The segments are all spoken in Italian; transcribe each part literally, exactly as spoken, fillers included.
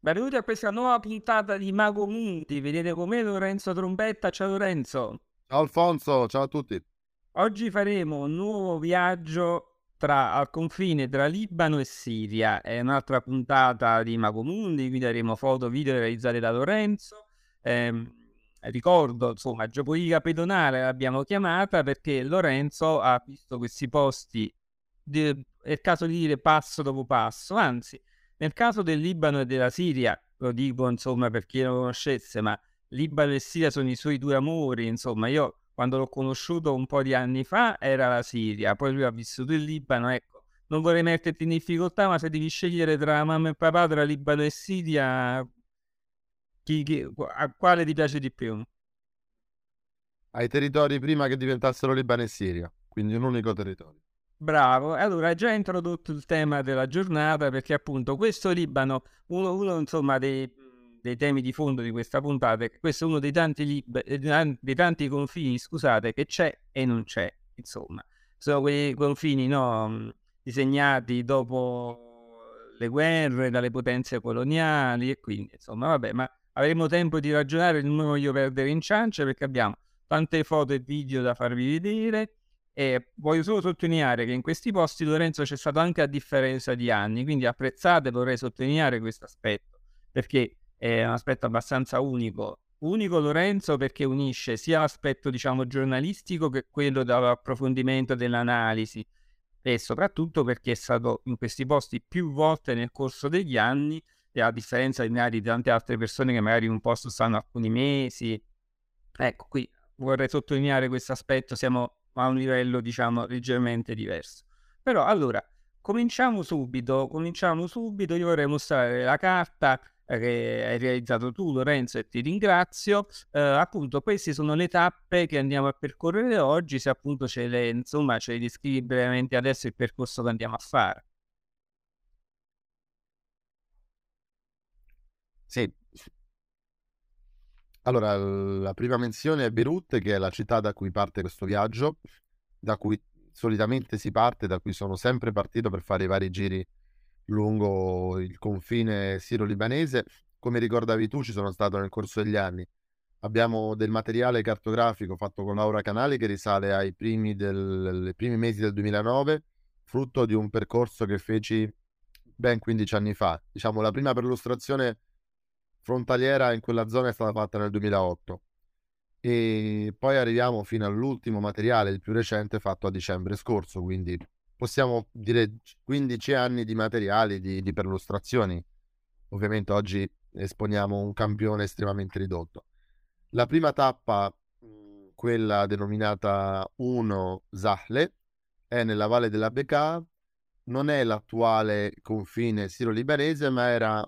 Benvenuti a questa nuova puntata di Mago Mundi. Vedete com'è Lorenzo Trombetta? Ciao Lorenzo. Ciao Alfonso, ciao a tutti. Oggi faremo un nuovo viaggio tra, al confine tra Libano e Siria. È un'altra puntata di Mago Mundi, qui daremo foto, video realizzate da Lorenzo. Ehm, ricordo, insomma, geopolitica pedonale l'abbiamo chiamata perché Lorenzo ha visto questi posti, di, è il caso di dire passo dopo passo, anzi, nel caso del Libano e della Siria, lo dico insomma per chi non lo conoscesse, ma Libano e Siria sono i suoi due amori, insomma, io quando l'ho conosciuto un po' di anni fa era la Siria, poi lui ha vissuto il Libano, ecco, non vorrei metterti in difficoltà, ma se devi scegliere tra mamma e papà, tra Libano e Siria, chi, chi, a quale ti piace di più? Ai territori prima che diventassero Libano e Siria, quindi un unico territorio. Bravo, allora hai già introdotto il tema della giornata perché appunto questo Libano, uno, uno insomma dei, dei temi di fondo di questa puntata è che questo è uno dei tanti, lib- eh, dei tanti confini, scusate, che c'è e non c'è, insomma. Sono quei confini, no, disegnati dopo le guerre, dalle potenze coloniali e quindi, insomma, vabbè, ma avremo tempo di ragionare, non mi voglio perdere in ciance perché abbiamo tante foto e video da farvi vedere. E voglio solo sottolineare che in questi posti Lorenzo c'è stato anche a differenza di anni, quindi apprezzate, vorrei sottolineare questo aspetto, perché è un aspetto abbastanza unico. Unico Lorenzo perché unisce sia l'aspetto, diciamo, giornalistico che quello dell'approfondimento dell'analisi e soprattutto perché è stato in questi posti più volte nel corso degli anni e a differenza di magari di tante altre persone che magari in un posto stanno alcuni mesi. Ecco, qui vorrei sottolineare questo aspetto, siamo a un livello, diciamo, leggermente diverso. Però, allora, cominciamo subito, cominciamo subito, io vorrei mostrare la carta eh, che hai realizzato tu, Lorenzo, e ti ringrazio. Eh, appunto, queste sono le tappe che andiamo a percorrere oggi, se appunto ce le, insomma, ce le descrivi brevemente adesso il percorso che andiamo a fare. Sì. Allora, la prima menzione è Beirut, che è la città da cui parte questo viaggio, da cui solitamente si parte, da cui sono sempre partito per fare i vari giri lungo il confine siro-libanese. Come ricordavi tu, ci sono stato nel corso degli anni. Abbiamo del materiale cartografico fatto con Laura Canali che risale ai primi, del, ai primi mesi del duemilanove, frutto di un percorso che feci ben quindici anni fa. Diciamo, la prima perlustrazione frontaliera in quella zona è stata fatta nel duemilaotto e poi arriviamo fino all'ultimo materiale, il più recente, fatto a dicembre scorso, quindi possiamo dire quindici anni di materiali, di, di perlustrazioni. Ovviamente oggi esponiamo un campione estremamente ridotto. La prima tappa, quella denominata uno Zahle, è nella Valle della Bekaa, non è l'attuale confine siro-libanese, ma era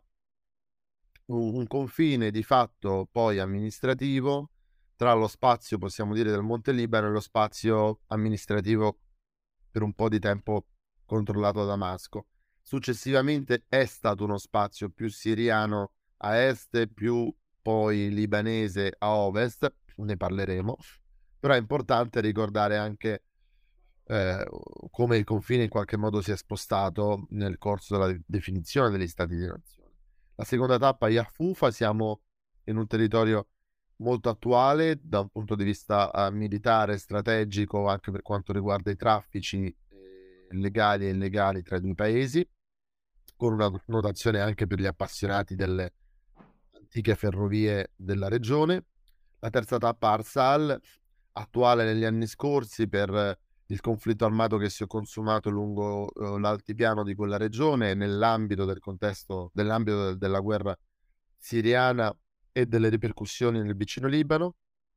un, un confine di fatto poi amministrativo tra lo spazio, possiamo dire, del Monte Libano e lo spazio amministrativo per un po' di tempo controllato da Damasco. Successivamente è stato uno spazio più siriano a est, più poi libanese a ovest, ne parleremo, però è importante ricordare anche eh, come il confine in qualche modo si è spostato nel corso della definizione degli stati di nazione. La seconda tappa, Yafufa, siamo in un territorio molto attuale da un punto di vista uh, militare, strategico, anche per quanto riguarda i traffici eh, legali e illegali tra i due paesi, con una notazione anche per gli appassionati delle antiche ferrovie della regione. La terza tappa, Arsal, attuale negli anni scorsi per il conflitto armato che si è consumato lungo uh, l'altipiano di quella regione nell'ambito del contesto, nell'ambito de- della guerra siriana e delle ripercussioni nel vicino Libano.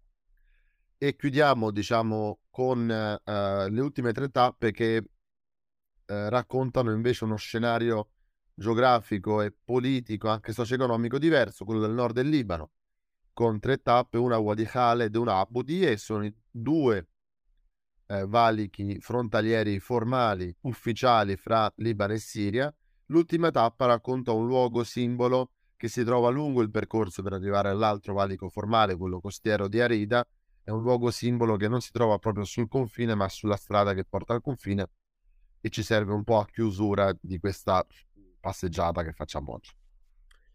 E chiudiamo, diciamo, con uh, le ultime tre tappe che uh, raccontano invece uno scenario geografico e politico, anche socio-economico diverso, quello del nord del Libano, con tre tappe, una a Wadi Khaled e una a Abudi, e sono i due eh, valichi frontalieri formali, ufficiali fra Libano e Siria. L'ultima tappa racconta un luogo simbolo che si trova lungo il percorso per arrivare all'altro valico formale, quello costiero di Arida. È un luogo simbolo che non si trova proprio sul confine, ma sulla strada che porta al confine, e ci serve un po' a chiusura di questa passeggiata che facciamo oggi.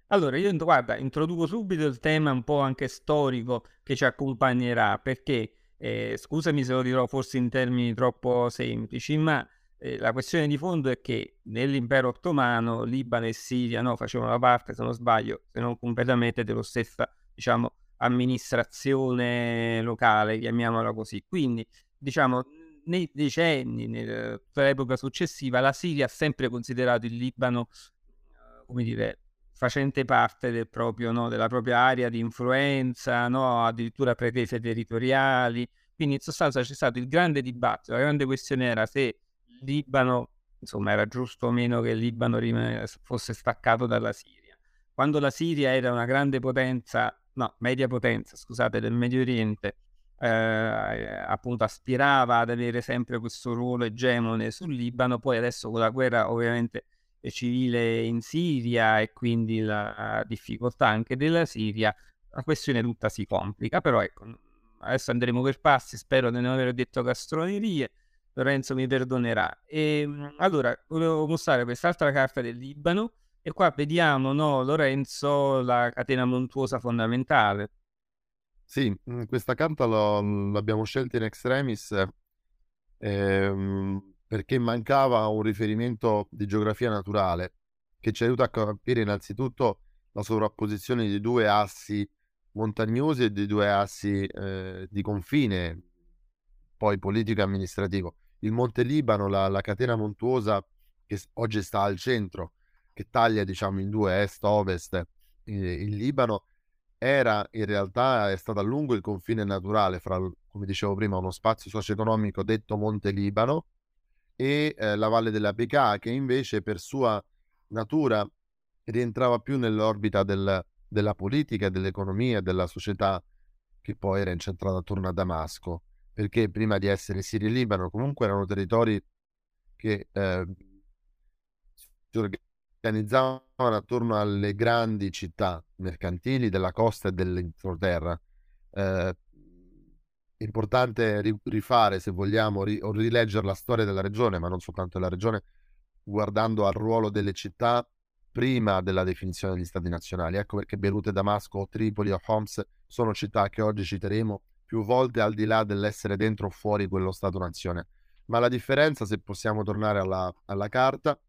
Allora, io int guarda, introduco subito il tema un po' anche storico che ci accompagnerà, perché, ehm, scusami se lo dirò forse in termini troppo semplici, ma, ehm, la questione di fondo è che nell'Impero Ottomano Libano e Siria, no, facevano parte, se non sbaglio, se non completamente, dello stessa, diciamo, amministrazione locale, chiamiamola così. Quindi, diciamo, mhmm, nei decenni, nel tutta l'epoca successiva, la Siria ha sempre considerato il Libano, uhm, come dire, facente parte del proprio, no, della propria area di influenza, no, addirittura pretese territoriali. Quindi in sostanza c'è stato il grande dibattito, la grande questione era se il Libano, insomma, era giusto o meno che il Libano rime fosse staccato dalla Siria. Quando la Siria era una grande potenza, no, media potenza, scusate, del Medio Oriente, ehm, appunto aspirava ad avere sempre questo ruolo egemone sul Libano, poi adesso con la guerra ovviamente e civile in Siria e quindi la difficoltà anche della Siria, la questione tutta si complica. Però ecco, mhmm, adesso andremo per passi, spero di non aver detto castronerie, Lorenzo mi perdonerà. Ehm, allora volevo mostrare quest'altra carta del Libano e qua vediamo, no, Lorenzo, la catena montuosa fondamentale. Sì, mhmm, questa carta l'ho l'abbiamo scelta in extremis, ehm, perché mancava un riferimento di geografia naturale, che ci aiuta a capire innanzitutto la sovrapposizione di due assi montagnosi e di due assi, ehm, di confine, poi politico e amministrativo. Il Monte Libano, la la catena montuosa che s oggi sta al centro, che taglia diciamo in due est-ovest, ehm, il Libano, era in realtà è stata a lungo il confine naturale fra l come dicevo prima, uno spazio socio-economico detto Monte Libano e, ehm, la Valle della Bekaa, che invece per sua natura rientrava più nell'orbita del della politica e dell'economia e della società che poi era incentrata attorno a Damasco, perché prima di essere Siria e Libano comunque erano territori che, ehm, si organizzavano attorno alle grandi città mercantili della costa e dell'entroterra. Ehm, è importante ri rifare, se vogliamo, ri o rileggere la storia della regione, ma non soltanto della regione, guardando al ruolo delle città prima della definizione degli stati nazionali. Ecco perché Beirut e Damasco o Tripoli o Homs sono città che oggi citeremo più volte al di là dell'essere dentro o fuori quello stato-nazione. Ma la differenza, se possiamo tornare alla alla carta,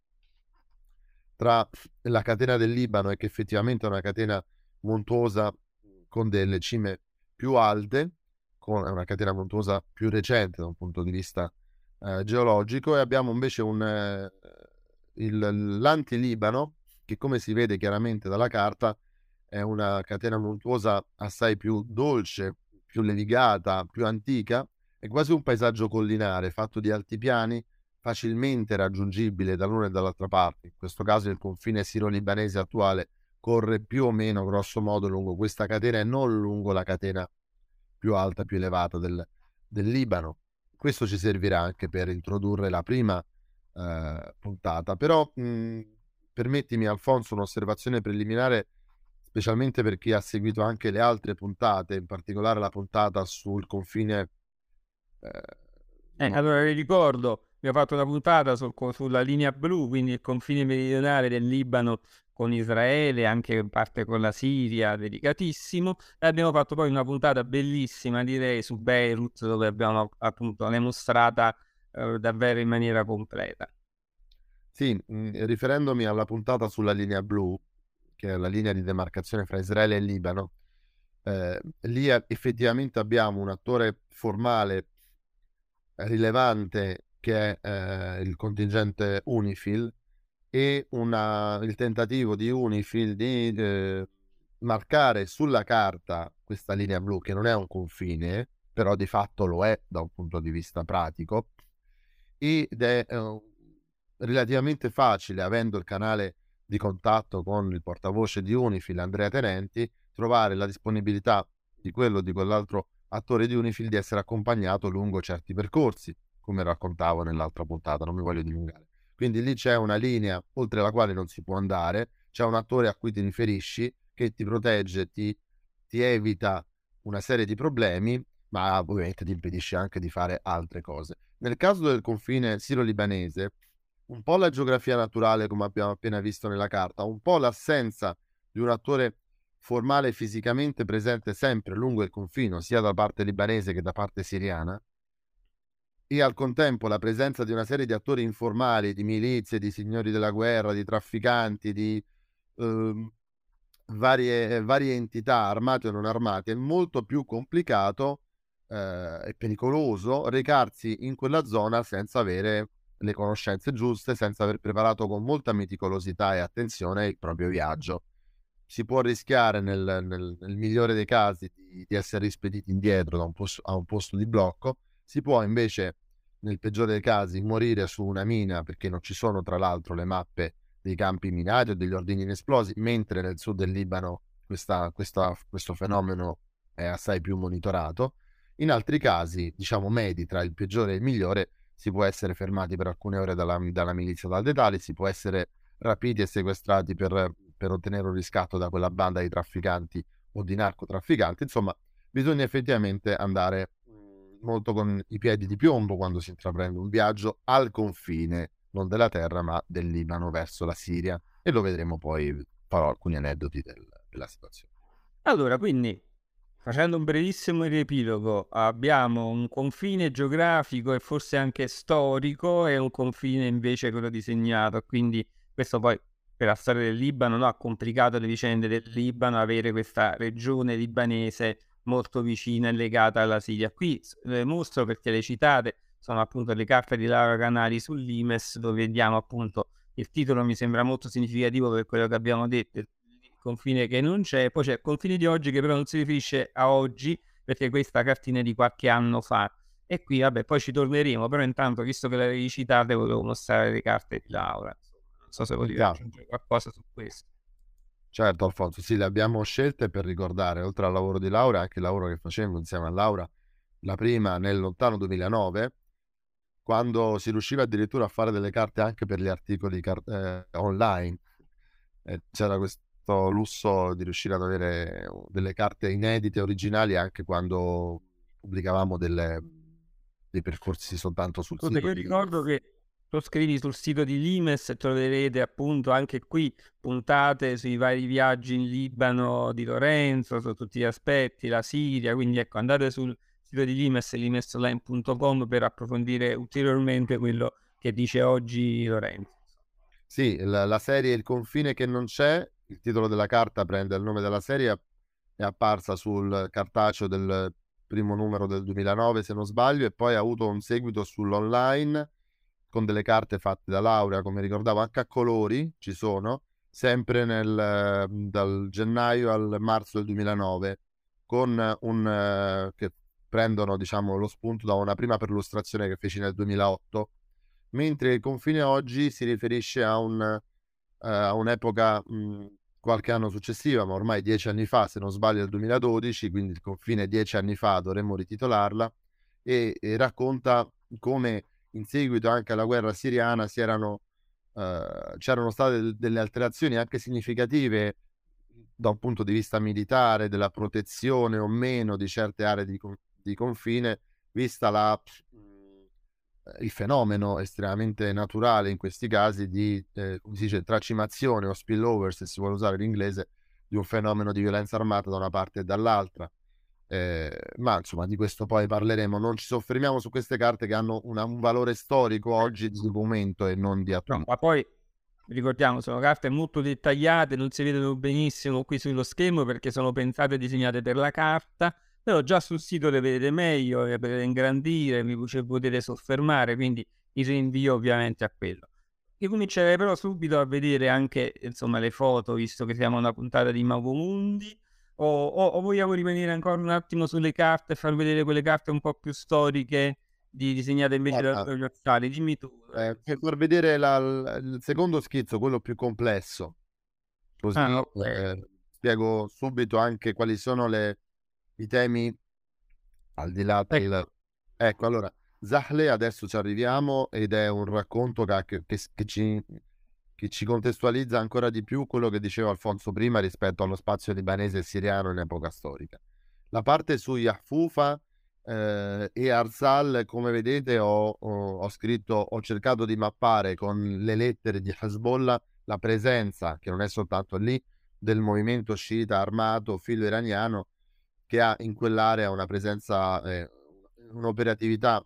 tra la catena del Libano e che effettivamente è una catena montuosa con delle cime più alte, con è una catena montuosa più recente da un punto di vista, ehm, geologico, e abbiamo invece un ehm, il l'anti-Libano, che come si vede chiaramente dalla carta è una catena montuosa assai più dolce, più levigata, più antica, è quasi un paesaggio collinare fatto di altipiani facilmente raggiungibile dall'una e dall'altra parte. In questo caso il confine siro-libanese attuale corre più o meno grosso modo lungo questa catena e non lungo la catena più alta, più elevata del del Libano. Questo ci servirà anche per introdurre la prima, ehm, puntata. Però, mhmm, permettimi Alfonso un'osservazione preliminare, specialmente per chi ha seguito anche le altre puntate, in particolare la puntata sul confine, ehm, Eh, no allora vi ricordo, abbiamo fatto una puntata sul co sulla linea blu, quindi il confine meridionale del Libano con Israele, anche in parte con la Siria, delicatissimo, e abbiamo fatto poi una puntata bellissima, direi, su Beirut, dove abbiamo appunto l'hai mostrata, uhm, davvero in maniera completa. sì, mhmm, riferendomi alla puntata sulla linea blu, che è la linea di demarcazione fra Israele e Libano, ehm, lì a effettivamente abbiamo un attore formale rilevante che è, ehm, il contingente UNIFIL e una il tentativo di UNIFIL di, ehm, marcare sulla carta questa linea blu, che non è un confine, però di fatto lo è da un punto di vista pratico, ed è, uhm, relativamente facile, avendo il canale di contatto con il portavoce di UNIFIL, Andrea Tenenti, trovare la disponibilità di quello o di quell'altro attore di UNIFIL di essere accompagnato lungo certi percorsi, come raccontavo nell'altra puntata, non mi voglio dilungare. Quindi lì c'è una linea oltre la quale non si può andare, c'è un attore a cui ti riferisci che ti protegge, ti ti evita una serie di problemi, ma ovviamente ti impedisce anche di fare altre cose. Nel caso del confine siro-libanese, un po' la geografia naturale, come abbiamo appena visto nella carta, un po' l'assenza di un attore formale fisicamente presente sempre lungo il confine, sia da parte libanese che da parte siriana, e al contempo la presenza di una serie di attori informali, di milizie, di signori della guerra, di trafficanti, di uhm, varie varie entità armate o non armate, è molto più complicato, ehm, e pericoloso recarsi in quella zona senza avere le conoscenze giuste, senza aver preparato con molta meticolosità e attenzione il proprio viaggio. Si può rischiare nel nel nel migliore dei casi di di essere rispediti indietro da un posto a un posto di blocco, si può invece, nel peggiore dei casi, morire su una mina, perché non ci sono tra l'altro le mappe dei campi minati o degli ordigni inesplosi, mentre nel sud del Libano questa questa questo fenomeno è assai più monitorato. In altri casi, diciamo medi tra il peggiore e il migliore, si può essere fermati per alcune ore dalla dalla milizia o dal Detali, si può essere rapiti e sequestrati per per ottenere un riscatto da quella banda di trafficanti o di narcotrafficanti. Insomma, bisogna effettivamente andare, mhmm, molto con i piedi di piombo quando si intraprende un viaggio al confine, non della terra, ma del Libano verso la Siria, e lo vedremo poi, farò alcuni aneddoti del della situazione. Allora, quindi, facendo un brevissimo riepilogo, abbiamo un confine geografico e forse anche storico e un confine invece quello disegnato. Quindi questo poi per la storia del Libano, no, ha complicato le vicende del Libano, avere questa regione libanese molto vicina e legata alla Siria. Qui s- le mostro perché le citate sono appunto le carte di Laura Canali sull'Imes, dove vediamo appunto il titolo mi sembra molto significativo per quello che abbiamo detto, il confine che non c'è, poi c'è il confine di oggi che però non si riferisce a oggi, perché questa cartina è di qualche anno fa. E qui vabbè, poi ci torneremo, però intanto visto che l'avevi citate volevo mostrare le carte di Laura, insomma. Non so se volevi Chiaro. aggiungere qualcosa su questo. Certo Alfonso, sì, le abbiamo scelte per ricordare, oltre al lavoro di Laura, anche il lavoro che facemmo insieme a Laura, la prima nel lontano duemilanove, quando si riusciva addirittura a fare delle carte anche per gli articoli car ehm, online. E c'era questo lusso di riuscire ad avere u delle carte inedite, originali, anche quando pubblicavamo delle dei percorsi soltanto sul Guarda, sito io di ricordo che lo scrivi sul sito di Limes e troverete appunto anche qui puntate sui vari viaggi in Libano di Lorenzo, su tutti gli aspetti, la Siria, quindi ecco andate sul sito di Limes, limesonline punto com per approfondire ulteriormente quello che dice oggi Lorenzo. sì, la la serie Il confine che non c'è, il titolo della carta prende il nome della serie, è apparsa sul cartaceo del primo numero del duemilanove se non sbaglio, e poi ha avuto un seguito sull'online con delle carte fatte da Laura, come ricordavo, anche a colori ci sono, sempre nel mhmm, dal gennaio al marzo del duemilanove, con un eh, che prendono diciamo lo spunto da una prima perlustrazione che feci nel duemilaotto, mentre Il confine oggi si riferisce a un ehm, a un'epoca, mhmm, qualche anno successiva, ma ormai dieci anni fa, se non sbaglio, il duemiladodici, quindi Il confine dieci anni fa dovremmo rititolarla, e e racconta come in seguito anche alla guerra siriana si erano ehm, c'erano state d delle alterazioni anche significative, mhmm, da un punto di vista militare, della protezione o meno di certe aree di con di confine, vista la mhmm, ehm, il fenomeno estremamente naturale in questi casi di, ehm, come si dice, tracimazione o spillover, se si vuole usare l'inglese, di un fenomeno di violenza armata da una parte e dall'altra. Ehm, ma insomma di questo poi parleremo. Non ci soffermiamo su queste carte che hanno una un valore storico oggi di documento e non di No, attu ma poi ricordiamo, sono carte molto dettagliate, non si vedono benissimo qui sullo schermo perché sono pensate e disegnate per la carta, però già sul sito le vedete meglio, le potete ingrandire, vi ci potete soffermare, quindi il rinvio ovviamente a quello. Io comincerei però subito a vedere anche, insomma, le foto, visto che siamo a una puntata di Mapumundi, o, o, o vogliamo rimanere ancora un attimo sulle carte e far vedere quelle carte un po' più storiche, di, disegnate invece da guarda, Antonio Orsali? Dimmi tu, ehm, Lorenzo. per far vedere la l il secondo schizzo, quello più complesso, Ah, così, okay. ehm, spiego subito anche quali sono le i temi al di là del Ecco, ecco, allora, Zahle adesso ci arriviamo, ed è un racconto che ha che che s che ci che ci contestualizza ancora di più quello che diceva Alfonso prima rispetto allo spazio libanese e siriano in epoca storica. La parte su Yahfufa, ehm, e Arsal, come vedete ho ho ho scritto ho cercato di mappare con le lettere di Hezbollah la presenza, che non è soltanto lì, del movimento sciita armato filo-iraniano, che ha in quell'area una presenza, eh, un'operatività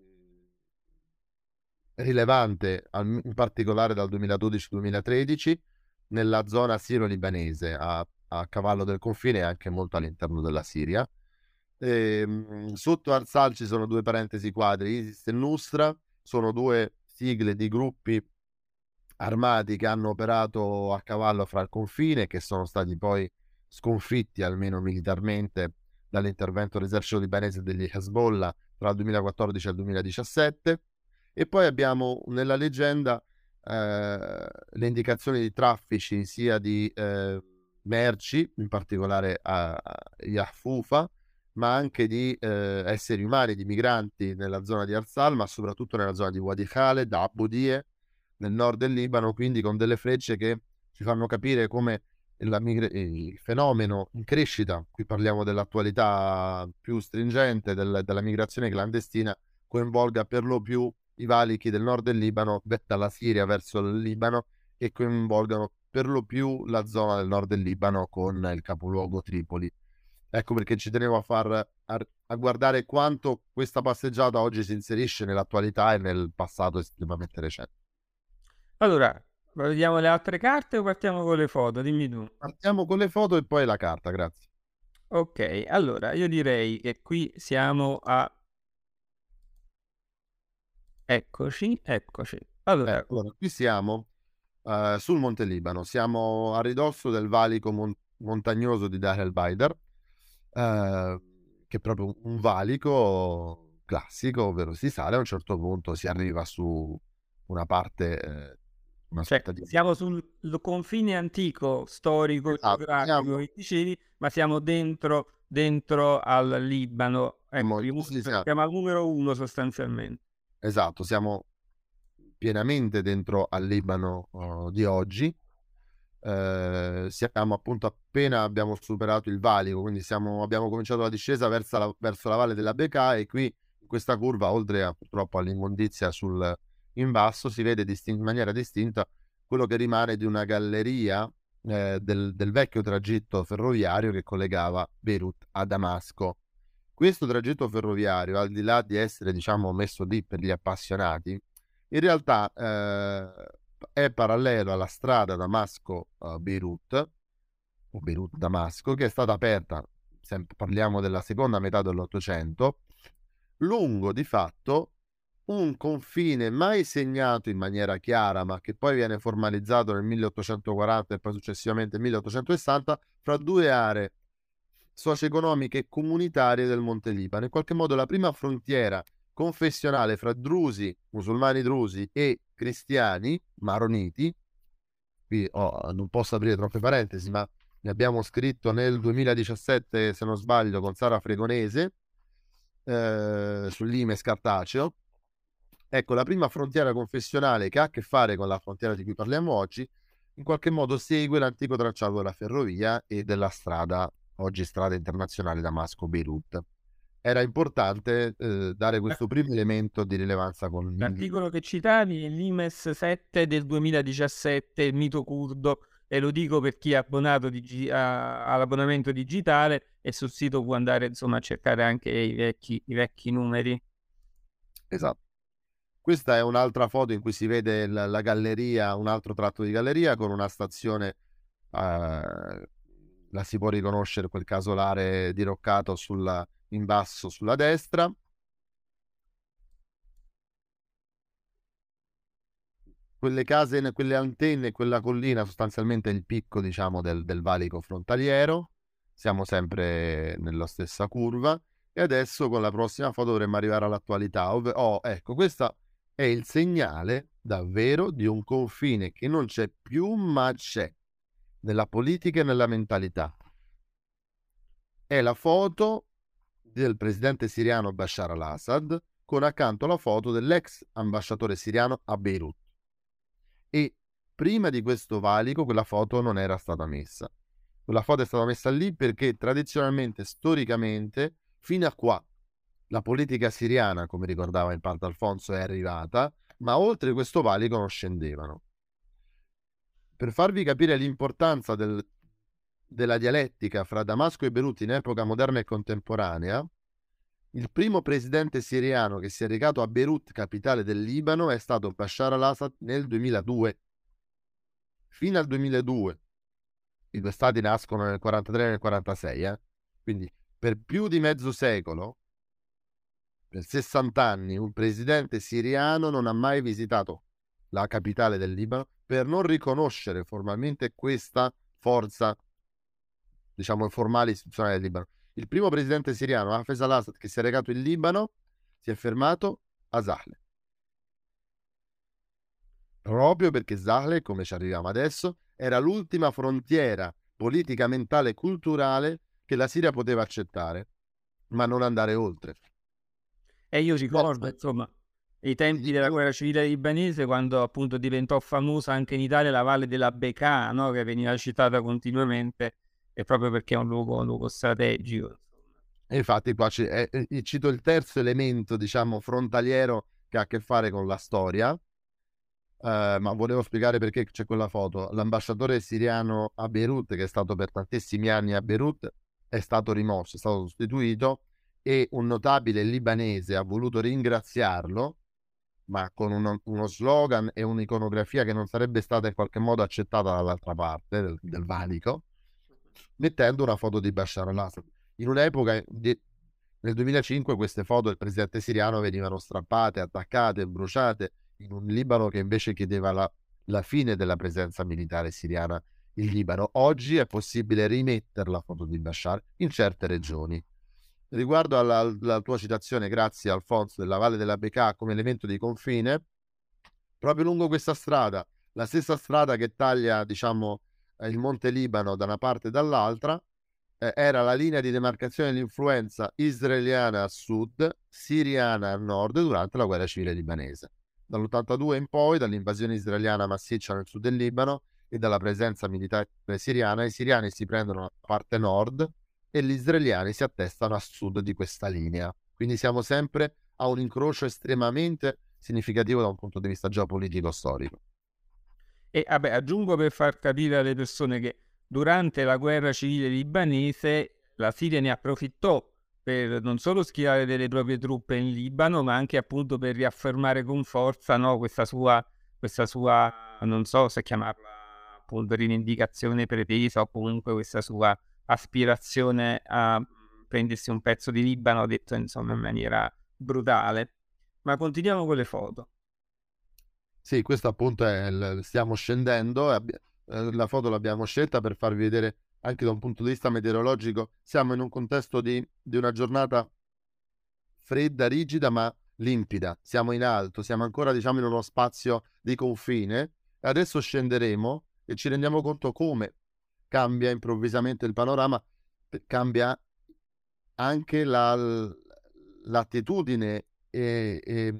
rilevante, al- in particolare dal duemiladodici-duemilatredici, nella zona siro-libanese, a, a cavallo del confine e anche molto all'interno della Siria. Ehm, sotto Arsal ci sono due parentesi quadri, ISIS e Nusra, sono due sigle di gruppi armati che hanno operato a cavallo fra il confine e che sono stati poi sconfitti, almeno militarmente, dall'intervento dell'esercito libanese degli Hezbollah tra il duemilaquattordici e il duemiladiciassette. E poi abbiamo nella leggenda eh, le indicazioni di traffici sia di eh, merci, in particolare a, a Yahfufa, ma anche di eh, esseri umani, di migranti nella zona di Arsal, ma soprattutto nella zona di Wadi Khaled, da Abudie, nel nord del Libano, quindi con delle frecce che ci fanno capire come la migra- il fenomeno in crescita, qui parliamo dell'attualità più stringente, del, della migrazione clandestina, coinvolga per lo più i valichi del nord del Libano, dalla Siria verso il Libano, e coinvolgano per lo più la zona del nord del Libano con il capoluogo Tripoli. Ecco perché ci tenevo a far a, a guardare quanto questa passeggiata oggi si inserisce nell'attualità e nel passato estremamente recente. Allora, vediamo le altre carte o partiamo con le foto? Dimmi tu. Partiamo con le foto e poi la carta, grazie. Ok, allora io direi che qui siamo a... Eccoci, eccoci. Allora, Eh, allora, qui siamo eh, sul Monte Libano, siamo a ridosso del valico mon- montagnoso di Dar el Baidar, eh, che è proprio un valico classico, ovvero si sale, a un certo punto si arriva su una parte, eh, una cioè, sorta di... siamo sul lo confine antico, storico, Esatto, geografico, siamo, che dicevi, ma siamo dentro, dentro al Libano. Ecco, siamo, io- sì, siamo- siamo al numero uno sostanzialmente. esatto, siamo pienamente dentro al Libano oh, di oggi. Eh, siamo appunto appena abbiamo superato il valico, quindi siamo, abbiamo cominciato la discesa verso la, verso la valle della Bekaa, e qui in questa curva, oltre a, purtroppo all'immondizia sul, in basso, si vede distin- in maniera distinta quello che rimane di una galleria eh, del, del vecchio tragitto ferroviario che collegava Beirut a Damasco. Questo tragitto ferroviario, al di là di essere, diciamo, messo lì per gli appassionati, in realtà eh, è parallelo alla strada Damasco-Beirut, o Beirut-Damasco, che è stata aperta, sempre, parliamo della seconda metà dell'Ottocento, lungo di fatto un confine mai segnato in maniera chiara, ma che poi viene formalizzato nel milleottocentoquaranta e poi successivamente nel milleottocentosessanta, fra due aree socio-economiche e comunitarie del Monte Libano. In qualche modo la prima frontiera confessionale fra drusi, musulmani drusi e cristiani maroniti. Qui oh, non posso aprire troppe parentesi, ma ne abbiamo scritto nel duemiladiciassette, se non sbaglio, con Sara Fregonese, eh, sull'Imes cartaceo. Ecco, la prima frontiera confessionale che ha a che fare con la frontiera di cui parliamo oggi, in qualche modo segue l'antico tracciato della ferrovia e della strada, oggi strada internazionale Damasco-Beirut. Era importante eh, dare questo primo elemento di rilevanza con il... L'articolo che citavi è l'I M E S sette del duemiladiciassette, il mito curdo, e lo dico per chi è abbonato digi- a- all'abbonamento digitale, e sul sito può andare insomma a cercare anche i vecchi, i vecchi numeri. Esatto. Questa è un'altra foto in cui si vede la, la galleria, un altro tratto di galleria con una stazione, eh, la si può riconoscere, quel casolare diroccato sulla, in basso sulla destra. Quelle case, quelle antenne, quella collina sostanzialmente è il picco, diciamo, del, del valico frontaliero. Siamo sempre nella stessa curva. E adesso con la prossima foto dovremmo arrivare all'attualità. Ov- oh, ecco, questo è il segnale davvero di un confine che non c'è più, ma c'è nella politica e nella mentalità. È la foto del presidente siriano Bashar al-Assad con accanto la foto dell'ex ambasciatore siriano a Beirut. E prima di questo valico quella foto non era stata messa. Quella foto è stata messa lì perché tradizionalmente, storicamente, fino a qua la politica siriana, come ricordava in parte Alfonso, è arrivata, ma oltre questo valico non scendevano. Per farvi capire l'importanza del, della dialettica fra Damasco e Beirut in epoca moderna e contemporanea, il primo presidente siriano che si è recato a Beirut, capitale del Libano, è stato Bashar al-Assad nel duemiladue. Fino al duemiladue, i due stati nascono nel quarantatré e nel quarantasei, eh? Quindi per più di mezzo secolo, per sessanta anni, un presidente siriano non ha mai visitato la capitale del Libano per non riconoscere formalmente questa forza, diciamo, formale istituzionale del Libano. Il primo presidente siriano, Hafez al-Assad, che si è recato in Libano, si è fermato a Zahle. Proprio perché Zahle, come ci arriviamo adesso, era l'ultima frontiera politica, mentale e culturale che la Siria poteva accettare, ma non andare oltre. E io ricordo, insomma, i tempi della guerra civile libanese, quando appunto diventò famosa anche in Italia la Valle della Bekaa, no? Che veniva citata continuamente, e proprio perché è un luogo, un luogo strategico. E infatti qua ci, eh, eh, cito il terzo elemento, diciamo, frontaliero che ha a che fare con la storia, eh, ma volevo spiegare perché c'è quella foto. L'ambasciatore siriano a Beirut, che è stato per tantissimi anni a Beirut, è stato rimosso, è stato sostituito, e un notabile libanese ha voluto ringraziarlo, ma con uno, uno slogan e un'iconografia che non sarebbe stata in qualche modo accettata dall'altra parte del, del valico, mettendo una foto di Bashar al-Assad. In un'epoca, di, nel duemilacinque, queste foto del presidente siriano venivano strappate, attaccate, bruciate, in un Libano che invece chiedeva la, la fine della presenza militare siriana in Libano. Oggi è possibile rimettere la foto di Bashar in certe regioni. Riguardo alla, alla tua citazione, grazie Alfonso, della Valle della Bekaa come elemento di confine, proprio lungo questa strada, la stessa strada che taglia, diciamo, il Monte Libano da una parte e dall'altra, eh, era la linea di demarcazione dell'influenza israeliana a sud, siriana a nord durante la guerra civile libanese. Dall'ottantadue in poi, dall'invasione israeliana massiccia nel sud del Libano e dalla presenza militare siriana, i siriani si prendono la parte nord e gli israeliani si attestano a sud di questa linea. Quindi siamo sempre a un incrocio estremamente significativo da un punto di vista geopolitico storico. E vabbè, aggiungo per far capire alle persone che durante la guerra civile libanese la Siria ne approfittò per non solo schierare delle proprie truppe in Libano, ma anche appunto per riaffermare con forza, no, questa sua, questa sua, non so se chiamarla appunto rivendicazione pretesa o comunque questa sua aspirazione a prendersi un pezzo di Libano, detto insomma in maniera brutale. Ma continuiamo con le foto. Sì, questo appunto è il, stiamo scendendo, abbi- eh, la foto l'abbiamo scelta per farvi vedere anche da un punto di vista meteorologico. Siamo in un contesto di, di una giornata fredda, rigida, ma limpida. Siamo in alto, siamo ancora, diciamo, in uno spazio di confine. E adesso scenderemo e ci rendiamo conto come cambia improvvisamente il panorama, cambia anche la, l'attitudine e, e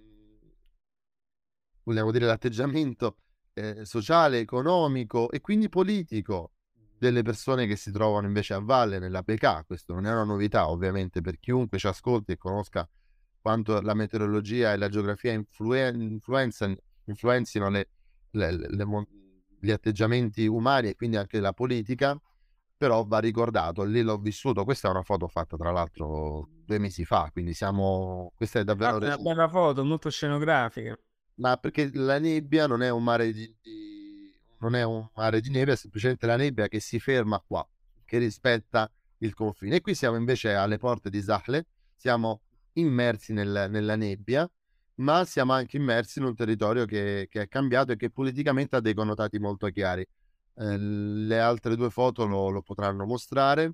vogliamo dire l'atteggiamento eh, sociale, economico e quindi politico delle persone che si trovano invece a valle nella Bekaa. Questo non è una novità ovviamente per chiunque ci ascolti e conosca quanto la meteorologia e la geografia influen- influenzano, influenzino le, le, le, le, gli atteggiamenti umani e quindi anche la politica, però va ricordato, lì l'ho vissuto, questa è una foto fatta tra l'altro due mesi fa, quindi siamo, questa è davvero Ah, una bella foto, molto scenografica. ma perché la nebbia non è un mare di, di- non è un mare di neve, è semplicemente la nebbia che si ferma qua, che rispetta il confine. E qui siamo invece alle porte di Zahle, siamo immersi nel- nella nebbia, ma siamo anche immersi in un territorio che, che è cambiato e che politicamente ha dei connotati molto chiari. Eh, le altre due foto lo, lo potranno mostrare.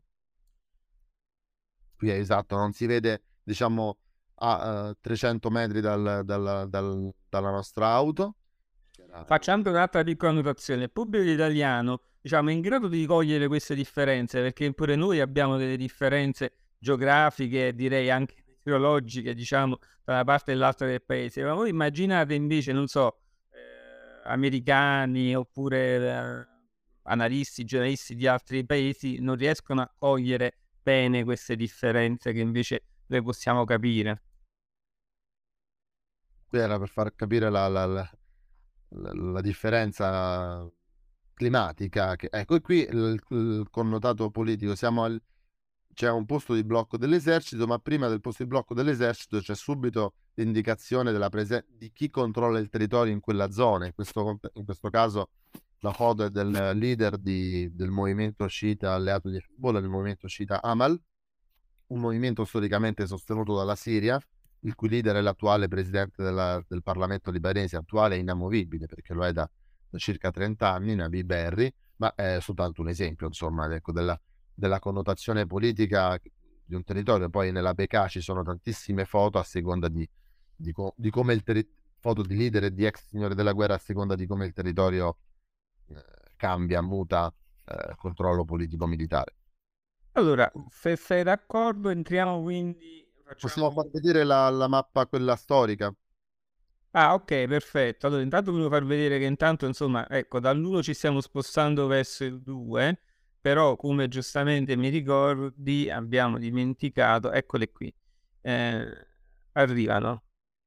Qui è esatto, non si vede, diciamo, a uh, trecento metri dal, dal, dal, dalla nostra auto. Faccio anche un'altra piccola notazione. Il pubblico italiano, diciamo, è in grado di cogliere queste differenze, perché pure noi abbiamo delle differenze geografiche, direi anche meteorologiche, diciamo, da una parte e dall'altra del paese. Ma voi immaginate invece, non so, eh, americani oppure eh, analisti, giornalisti di altri paesi non riescono a cogliere bene queste differenze che invece noi possiamo capire. Qui era per far capire la, la, la, la, la differenza climatica. Che, ecco, qui il, il connotato politico, siamo al, c'è un posto di blocco dell'esercito, ma prima del posto di blocco dell'esercito c'è subito l'indicazione della presen- di chi controlla il territorio in quella zona. In questo, in questo caso la foto è del leader di, del movimento sciita alleato di Hezbollah, del movimento sciita Amal, un movimento storicamente sostenuto dalla Siria, il cui leader è l'attuale presidente della, del Parlamento libanese, attuale e inamovibile perché lo è da, da circa trenta anni, Nabi Berri, ma è soltanto un esempio, insomma, ecco, della, della connotazione politica di un territorio. Poi nella Bekaa ci sono tantissime foto a seconda di, di, co- di come il territorio, foto di leader e di ex signori della guerra a seconda di come il territorio eh, cambia, muta, eh, controllo politico-militare. Allora, se sei d'accordo, entriamo quindi, Possiamo facciamo... far vedere la, la mappa, quella storica? Ah, ok, perfetto. Allora, intanto volevo far vedere che intanto, insomma, ecco, dall'uno ci stiamo spostando verso il due, però come giustamente mi ricordi, abbiamo dimenticato, eccole qui, eh, arrivano.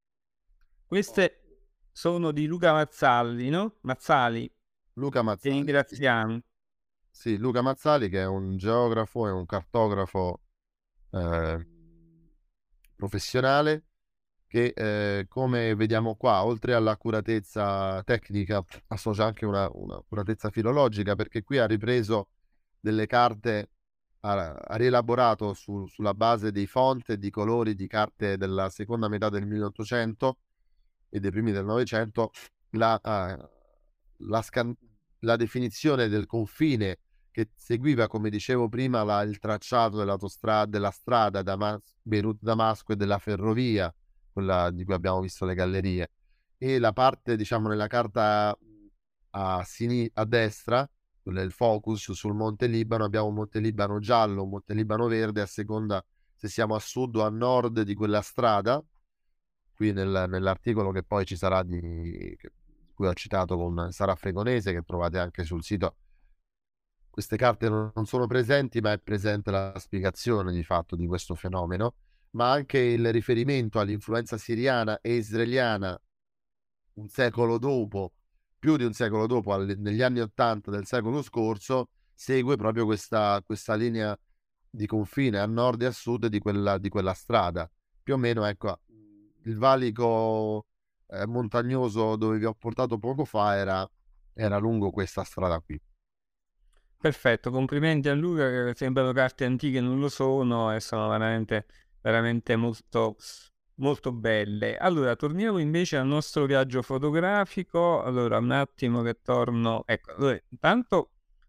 Queste sono di Luca Mazzalli, no? Mazzali, Luca che Mazzali. ringraziamo. Sì, Luca Mazzali che è un geografo e un cartografo eh, professionale che, eh, come vediamo qua, oltre all'accuratezza tecnica, associa anche una, una accuratezza filologica, perché qui ha ripreso delle carte, ha, ha rielaborato su- sulla base dei font e di colori di carte della seconda metà del milleottocento e dei primi del Novecento, la, ah, la, scan- la definizione del confine che seguiva, come dicevo prima, la- il tracciato dell'autostrada, della strada Damas- Beirut-Damasco e della ferrovia, quella di cui abbiamo visto le gallerie, e la parte, diciamo, nella carta a, sini- a destra, quello è il focus sul Monte Libano, abbiamo un Monte Libano giallo, un Monte Libano verde, a seconda se siamo a sud o a nord di quella strada. Qui nel- nell'articolo che poi ci sarà di, che, di cui ho citato con Sara Fregonese, che trovate anche sul sito, queste carte non non sono presenti, ma è presente la spiegazione di fatto di questo fenomeno, ma anche il riferimento all'influenza siriana e israeliana un secolo dopo, più di un secolo dopo, al- negli anni ottanta del secolo scorso, segue proprio questa, questa linea di confine a nord e a sud di quella, di quella strada. Più o meno, ecco, il valico eh, montagnoso dove vi ho portato poco fa era, era lungo questa strada qui. Perfetto, complimenti a Luca, che sembrano carte antiche, non lo sono, e sono veramente, veramente molto, molto belle. Allora, torniamo invece al nostro viaggio fotografico. Allora, un attimo che torno. Ecco, allora, intanto,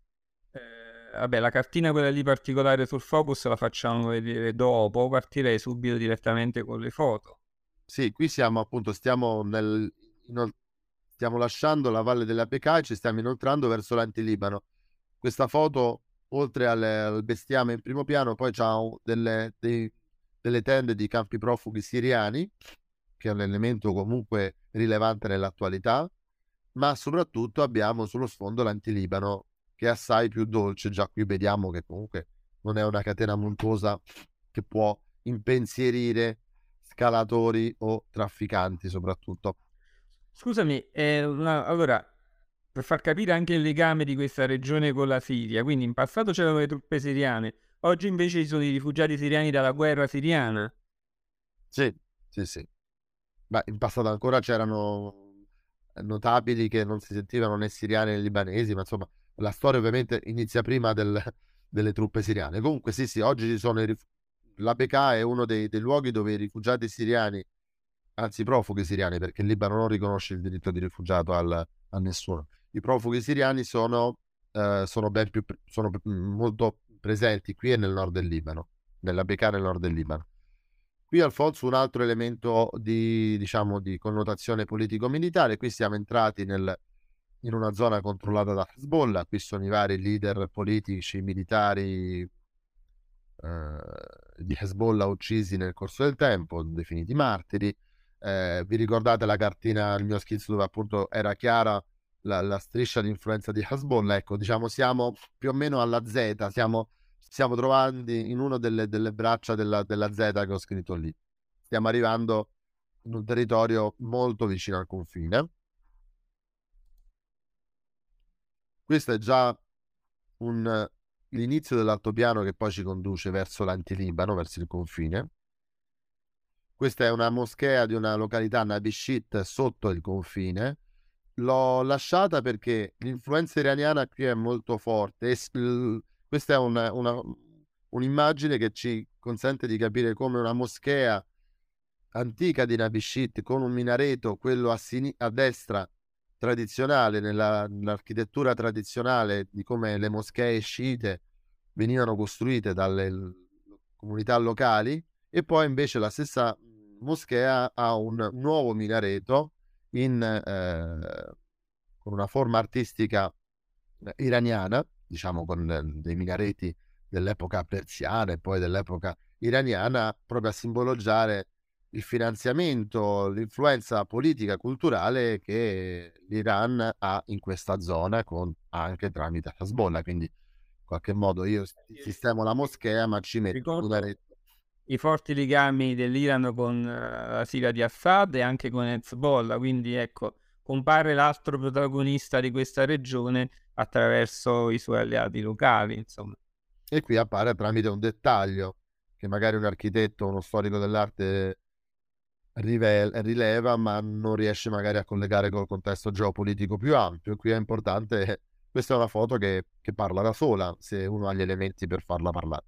eh, vabbè, la cartina quella lì particolare sul focus la facciamo vedere dopo. Partirei subito direttamente con le foto. Sì, qui siamo appunto, stiamo nel, inol- stiamo lasciando la Valle della Bekaa e ci stiamo inoltrando verso l'Antilibano. Questa foto, oltre al, al bestiame in primo piano, poi c'ha un- delle, dei- delle tende di campi profughi siriani, che è un elemento comunque rilevante nell'attualità, ma soprattutto abbiamo sullo sfondo l'Antilibano, che è assai più dolce. Già qui vediamo che comunque non è una catena montuosa che può impensierire scalatori o trafficanti soprattutto. Scusami, eh, una- allora, per far capire anche il legame di questa regione con la Siria, quindi in passato c'erano le truppe siriane, oggi invece ci sono i rifugiati siriani dalla guerra siriana. Sì, sì, sì. Beh, in passato ancora c'erano notabili che non si sentivano né siriani né libanesi, ma insomma la storia ovviamente inizia prima del- delle truppe siriane. Comunque sì, sì, oggi ci sono i rif- la Bekaa è uno dei, dei luoghi dove i rifugiati siriani, anzi i profughi siriani, perché il Libano non riconosce il diritto di rifugiato al- a nessuno. I profughi siriani sono, eh, sono ben più, pre- sono mm, molto presenti qui e nel nord del Libano, nella Bekaa nel nord del Libano. Qui Alfonso un altro elemento di, diciamo, di connotazione politico-militare, qui siamo entrati nel, in una zona controllata da Hezbollah, qui sono i vari leader politici, militari eh, di Hezbollah uccisi nel corso del tempo, definiti martiri. Eh, vi ricordate la cartina, il mio schizzo dove appunto era chiara la, la striscia di influenza di Hezbollah? Ecco, diciamo siamo più o meno alla Z, siamo, stiamo trovando in una delle, delle braccia della, della Z che ho scritto lì. Stiamo arrivando in un territorio molto vicino al confine. Questo è già un, l'inizio dell'altopiano che poi ci conduce verso l'antilibano, verso il confine. Questa è una moschea di una località Nabishit sotto il confine. L'ho lasciata perché l'influenza iraniana qui è molto forte. E s- questa è una, una- un'immagine che ci consente di capire come una moschea antica di Nabishit con un minareto, quello a, sini- a destra, tradizionale, nella, nell'architettura tradizionale di come le moschee sciite venivano costruite dalle l- comunità locali, e poi invece la stessa moschea ha un nuovo minareto in, eh, con una forma artistica eh, iraniana, diciamo con eh, dei minareti dell'epoca persiana e poi dell'epoca iraniana, proprio a simboleggiare il finanziamento, l'influenza politica, culturale che l'Iran ha in questa zona, con, anche tramite Hezbollah. Quindi in qualche modo io sistemo la moschea, ma ci metto un Ricordo minareto. i forti legami dell'Iran con eh, la Siria di Assad e anche con Hezbollah, quindi ecco, compare l'altro protagonista di questa regione attraverso i suoi alleati locali, insomma. E qui appare tramite un dettaglio che magari un architetto, uno storico dell'arte rive- rileva, ma non riesce magari a collegare col contesto geopolitico più ampio. E qui è importante, questa è una foto che, che parla da sola, se uno ha gli elementi per farla parlare.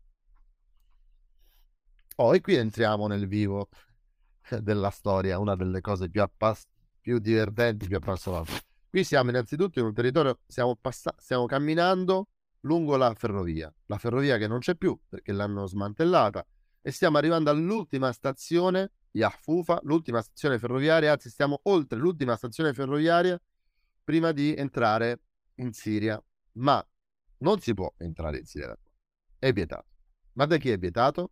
Oh, e qui entriamo nel vivo della storia, una delle cose più, appass- più divertenti, più appassionanti. Qui siamo innanzitutto in un territorio, stiamo, passa- stiamo camminando lungo la ferrovia, la ferrovia che non c'è più perché l'hanno smantellata, e stiamo arrivando all'ultima stazione, Yahfufa, l'ultima stazione ferroviaria, anzi stiamo oltre l'ultima stazione ferroviaria prima di entrare in Siria, ma non si può entrare in Siria da qua, è vietato. Ma da chi è vietato?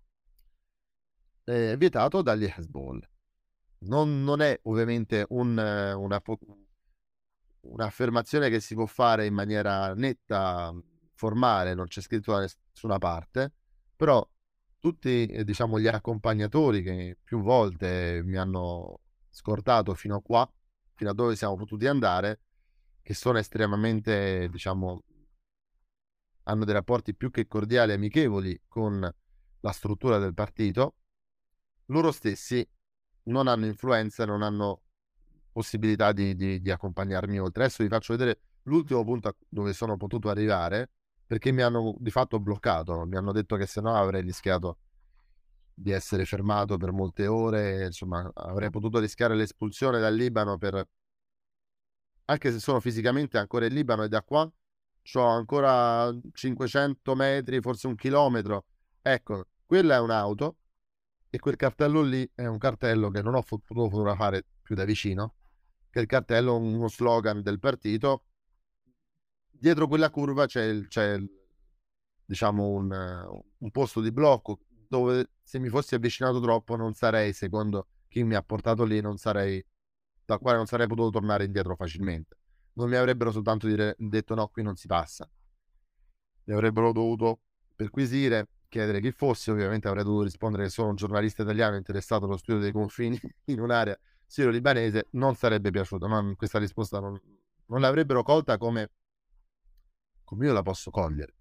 È vietato dagli Hezbollah. Non, non è ovviamente un, eh, una, fo- un'affermazione che si può fare in maniera netta, formale, non c'è scritto da nessuna parte, però tutti, eh, diciamo, gli accompagnatori che più volte mi hanno scortato fino a qua, fino a dove siamo potuti andare, che sono estremamente, diciamo, hanno dei rapporti più che cordiali e amichevoli con la struttura del partito, loro stessi non hanno influenza, non hanno possibilità di, di, di accompagnarmi oltre. Adesso vi faccio vedere l'ultimo punto a dove sono potuto arrivare, perché mi hanno di fatto bloccato, mi hanno detto che se no avrei rischiato di essere fermato per molte ore, insomma avrei potuto rischiare l'espulsione dal Libano, per anche se sono fisicamente ancora in Libano, e da qua c'ho ancora cinquecento metri, forse un chilometro. Ecco, quella è un'auto, e quel cartello lì è un cartello che non ho potuto fotografare più da vicino, che è il cartello, uno slogan del partito. Dietro quella curva c'è, il, c'è il, diciamo un, un posto di blocco dove, se mi fossi avvicinato troppo, non sarei, secondo chi mi ha portato lì, non sarei, da quale non sarei potuto tornare indietro facilmente. Non mi avrebbero soltanto dire, detto no, qui non si passa. Mi avrebbero dovuto perquisire, chiedere chi fossi, ovviamente avrei dovuto rispondere che sono un giornalista italiano interessato allo studio dei confini in un'area siro-libanese. Non sarebbe piaciuto, no? Questa risposta non, non l'avrebbero colta come, come io la posso cogliere.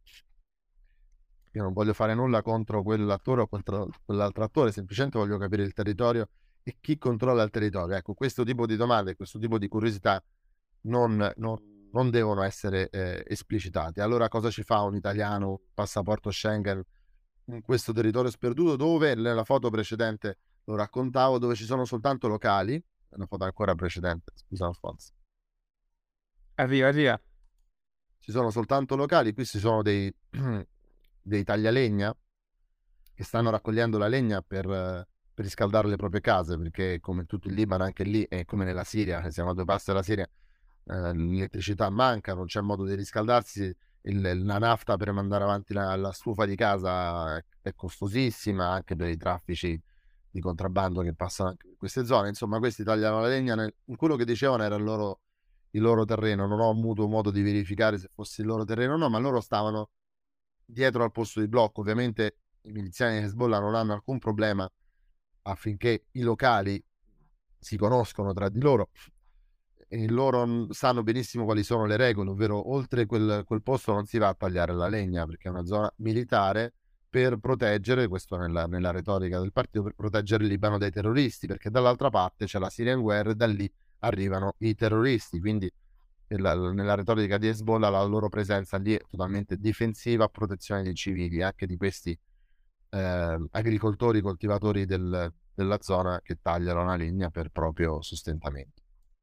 Io non voglio fare nulla contro quell'attore o contro quell'altro attore, semplicemente voglio capire il territorio e chi controlla il territorio. Ecco, questo tipo di domande, questo tipo di curiosità non, non- non devono essere eh, esplicitati. Allora cosa ci fa un italiano, un passaporto Schengen in questo territorio sperduto, dove nella foto precedente lo raccontavo, dove ci sono soltanto locali, una foto ancora precedente, scusa Alfonso, Arriva, arriva. ci sono soltanto locali, qui ci sono dei, dei taglialegna che stanno raccogliendo la legna per, eh, per riscaldare le proprie case, perché come tutto il Libano, anche lì, è come nella Siria, siamo a due passi dalla Siria, eh, l'elettricità manca, non c'è modo di riscaldarsi, il- la nafta per mandare avanti la, la stufa di casa è, è costosissima, anche per i traffici di contrabbando che passano anche in queste zone. Insomma, questi tagliano la legna, nel, in quello che dicevano era il loro, il loro terreno. Non ho avuto modo di verificare se fosse il loro terreno o no, ma loro stavano dietro al posto di blocco. Ovviamente i miliziani di Hezbollah non hanno alcun problema affinché i locali si conoscono tra di loro e loro n- sanno benissimo quali sono le regole, ovvero oltre quel, quel posto non si va a tagliare la legna perché è una zona militare per proteggere, questo nella, nella retorica del partito, per proteggere il Libano dai terroristi, perché dall'altra parte c'è la Syrian Guerra e da lì arrivano i terroristi, quindi nella, nella retorica di Hezbollah la loro presenza lì è totalmente difensiva a protezione dei civili, anche di questi eh, agricoltori, coltivatori del- della zona che tagliano la legna per proprio sostentamento.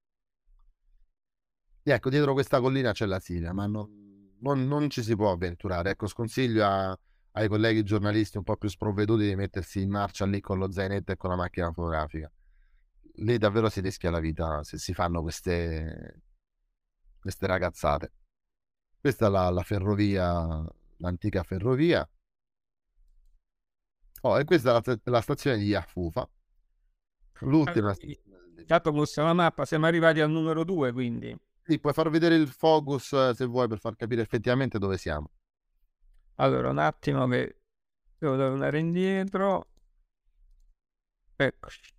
E ecco, dietro questa collina c'è la Siria, ma non, non- non ci si può avventurare. Ecco, sconsiglio a- ai colleghi giornalisti un po' più sprovveduti di mettersi in marcia lì con lo zainetto e con la macchina fotografica. Lì davvero si rischia la vita se si fanno queste, queste ragazzate. Questa è la, la ferrovia, l'antica ferrovia. Oh, e questa è la, la stazione di Yafufa, l'ultima Allora, stazione del- intanto mostra la mappa, siamo arrivati al numero due, quindi. Sì, puoi far vedere il focus eh, se vuoi per far capire effettivamente dove siamo. Allora, un attimo che devo tornare indietro. Eccoci.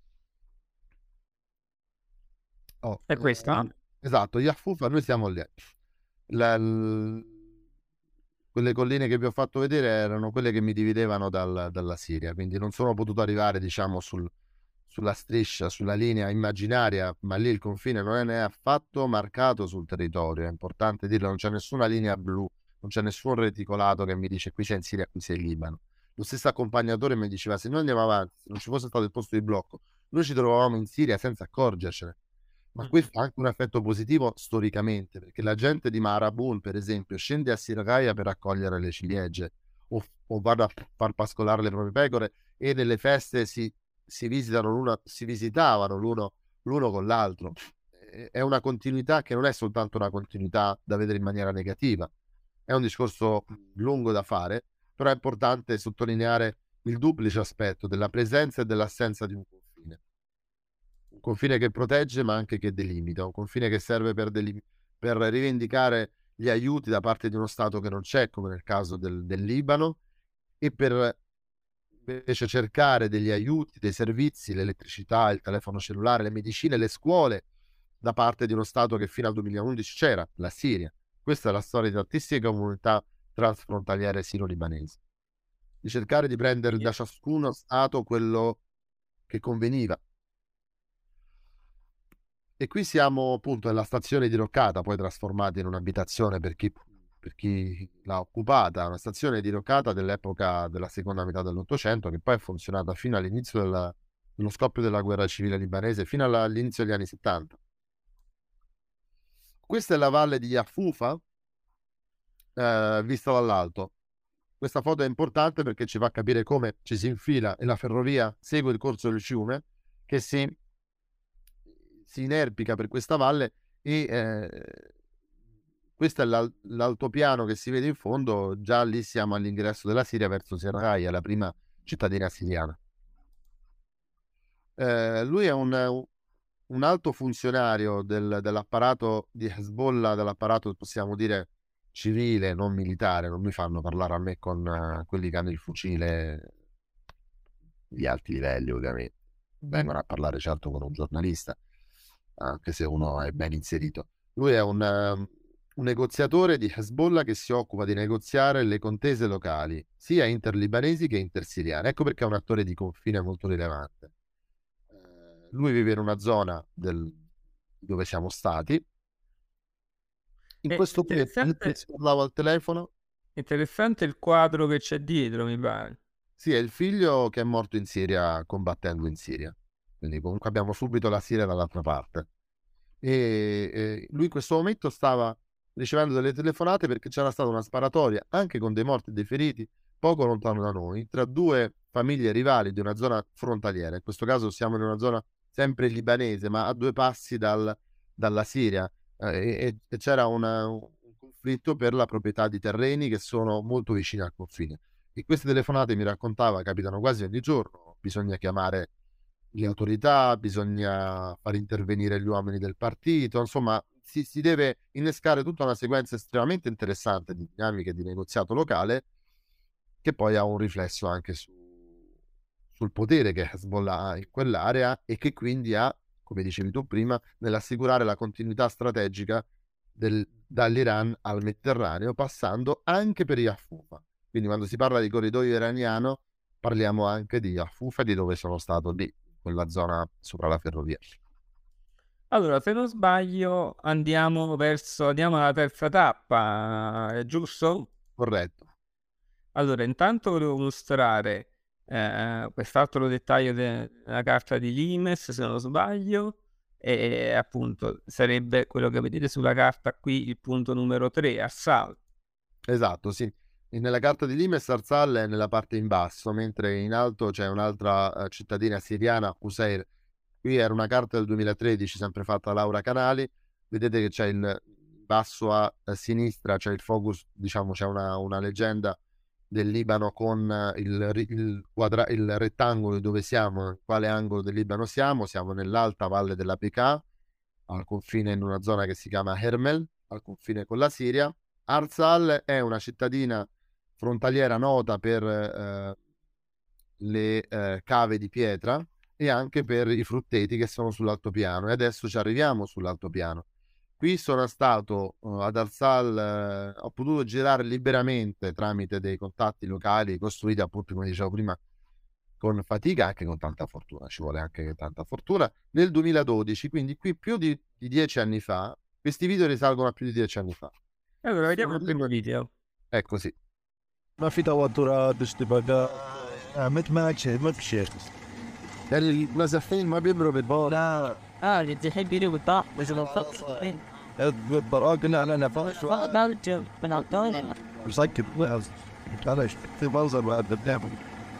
Oh, È questa? eh, esatto, Yafufa, noi siamo lì. La- l- quelle colline che vi ho fatto vedere erano quelle che mi dividevano dal- dalla Siria, quindi non sono potuto arrivare, diciamo, sul- sulla striscia, sulla linea immaginaria, ma lì il confine non è affatto marcato sul territorio, è importante dirlo, non c'è nessuna linea blu, non c'è nessun reticolato che mi dice qui sei in Siria, qui sei in Libano. Lo stesso accompagnatore mi diceva se noi andiamo avanti, se non ci fosse stato il posto di blocco, noi ci trovavamo in Siria senza accorgercene. Ma Mhm. questo ha anche un effetto positivo storicamente, perché la gente di Marabun, per esempio, scende a Sirgaia per raccogliere le ciliegie o, o vada a far pascolare le proprie pecore e nelle feste si, si visitano l'uno, si visitavano l'uno, l'uno con l'altro. Eh, È una continuità che non è soltanto una continuità da vedere in maniera negativa, è un discorso lungo da fare, però è importante sottolineare il duplice aspetto della presenza e dell'assenza di un confine. Un confine che protegge ma anche che delimita, un confine che serve per, delim- per rivendicare gli aiuti da parte di uno Stato che non c'è, come nel caso del, del Libano, e per invece cercare degli aiuti, dei servizi, l'elettricità, il telefono cellulare, le medicine, le scuole, da parte di uno Stato che fino al duemilaundici c'era, la Siria. Questa è la storia di tantissime comunità transfrontaliere siro-libanesi. Di cercare di prendere da ciascuno Stato quello che conveniva. E qui siamo appunto nella stazione diroccata, poi trasformata in un'abitazione per chi, per chi l'ha occupata, una stazione diroccata dell'epoca della seconda metà dell'Ottocento, che poi è funzionata fino all'inizio della- dello scoppio della guerra civile libanese, fino alla- all'inizio degli anni settanta. Questa è la valle di Yafufa, eh, vista dall'alto. Questa foto è importante perché ci fa capire come ci si infila e la ferrovia segue il corso del fiume che si, si inerpica per questa valle e eh, questo è l'al- l'altopiano che si vede in fondo, già lì siamo all'ingresso della Siria verso Serraya, la prima cittadina siriana. Eh, lui è un, un alto funzionario del- dell'apparato di Hezbollah, dell'apparato possiamo dire civile, non militare, non mi fanno parlare a me con eh, quelli che hanno il fucile di alti livelli, ovviamente. Vengono a parlare certo con un giornalista, anche se uno è ben inserito. Lui è un, eh, un negoziatore di Hezbollah che si occupa di negoziare le contese locali, sia interlibanesi che intersiriane. Ecco perché è un attore di confine molto rilevante. Eh, lui vive in una zona del- dove siamo stati. In È questo momento, mentre interessante, si parlava al telefono, interessante il quadro che c'è dietro, mi pare. sì, è il figlio che è morto in Siria combattendo in Siria. Quindi comunque abbiamo subito la Siria dall'altra parte. E eh, lui in questo momento stava ricevendo delle telefonate perché c'era stata una sparatoria, anche con dei morti e dei feriti, poco lontano da noi, tra due famiglie rivali di una zona frontaliera. In questo caso siamo in una zona sempre libanese, ma a due passi dal- dalla Siria. Eh, e, e c'era una- un conflitto per la proprietà di terreni che sono molto vicini al confine. E queste telefonate mi raccontava, capitano quasi ogni giorno, bisogna chiamare le autorità, bisogna far intervenire gli uomini del partito, insomma, si, si deve innescare tutta una sequenza estremamente interessante di dinamiche di negoziato locale che poi ha un riflesso anche su- sul potere che Hezbollah ha in quell'area e che quindi ha come dicevi tu prima, nell'assicurare la continuità strategica del, dall'Iran al Mediterraneo, passando anche per Yafufa. Quindi quando si parla di corridoio iraniano parliamo anche di Yafufa, di dove sono stato lì, quella zona sopra la ferrovia. Allora, se non sbaglio, andiamo verso, andiamo alla terza tappa, è giusto? Corretto. Allora, intanto volevo mostrare eh, quest'altro dettaglio della carta di Limes, se non sbaglio, e appunto sarebbe quello che vedete sulla carta qui, il punto numero tre, Assal. Esatto, sì. E nella carta di Limes Arsal è nella parte in basso, mentre in alto c'è un'altra uh, cittadina siriana, Qusair. Qui era una carta del duemilatredici, sempre fatta da Laura Canali. Vedete che c'è il basso a, a sinistra, c'è il focus, diciamo, c'è una, una leggenda del Libano con il, il, quadra, il rettangolo dove siamo, in quale angolo del Libano siamo. Siamo nell'alta valle della Bekaa, al confine in una zona che si chiama Hermel, al confine con la Siria. Arsal è una cittadina frontaliera nota per eh, le eh, cave di pietra e anche per i frutteti che sono sull'altopiano, e adesso ci arriviamo sull'altopiano. Qui sono stato uh, ad Arsal, uh, ho potuto girare liberamente tramite dei contatti locali costruiti appunto, come dicevo prima, con fatica, anche con tanta fortuna, ci vuole anche tanta fortuna, nel duemiladodici, quindi qui più di, di dieci anni fa. Questi video risalgono a più di dieci anli fa. Allora, vediamo il primo video. È così. ما في توترات اشتباكات مثل ما ما في شيء يعني المزحين ما بيمروا بالبار لا اه اللي تحب يلي بالطاق بس لو فقط بالبراء قلنا على نفاش ما بتجيب من الطاولة مسكت انا في منظر بعد الدم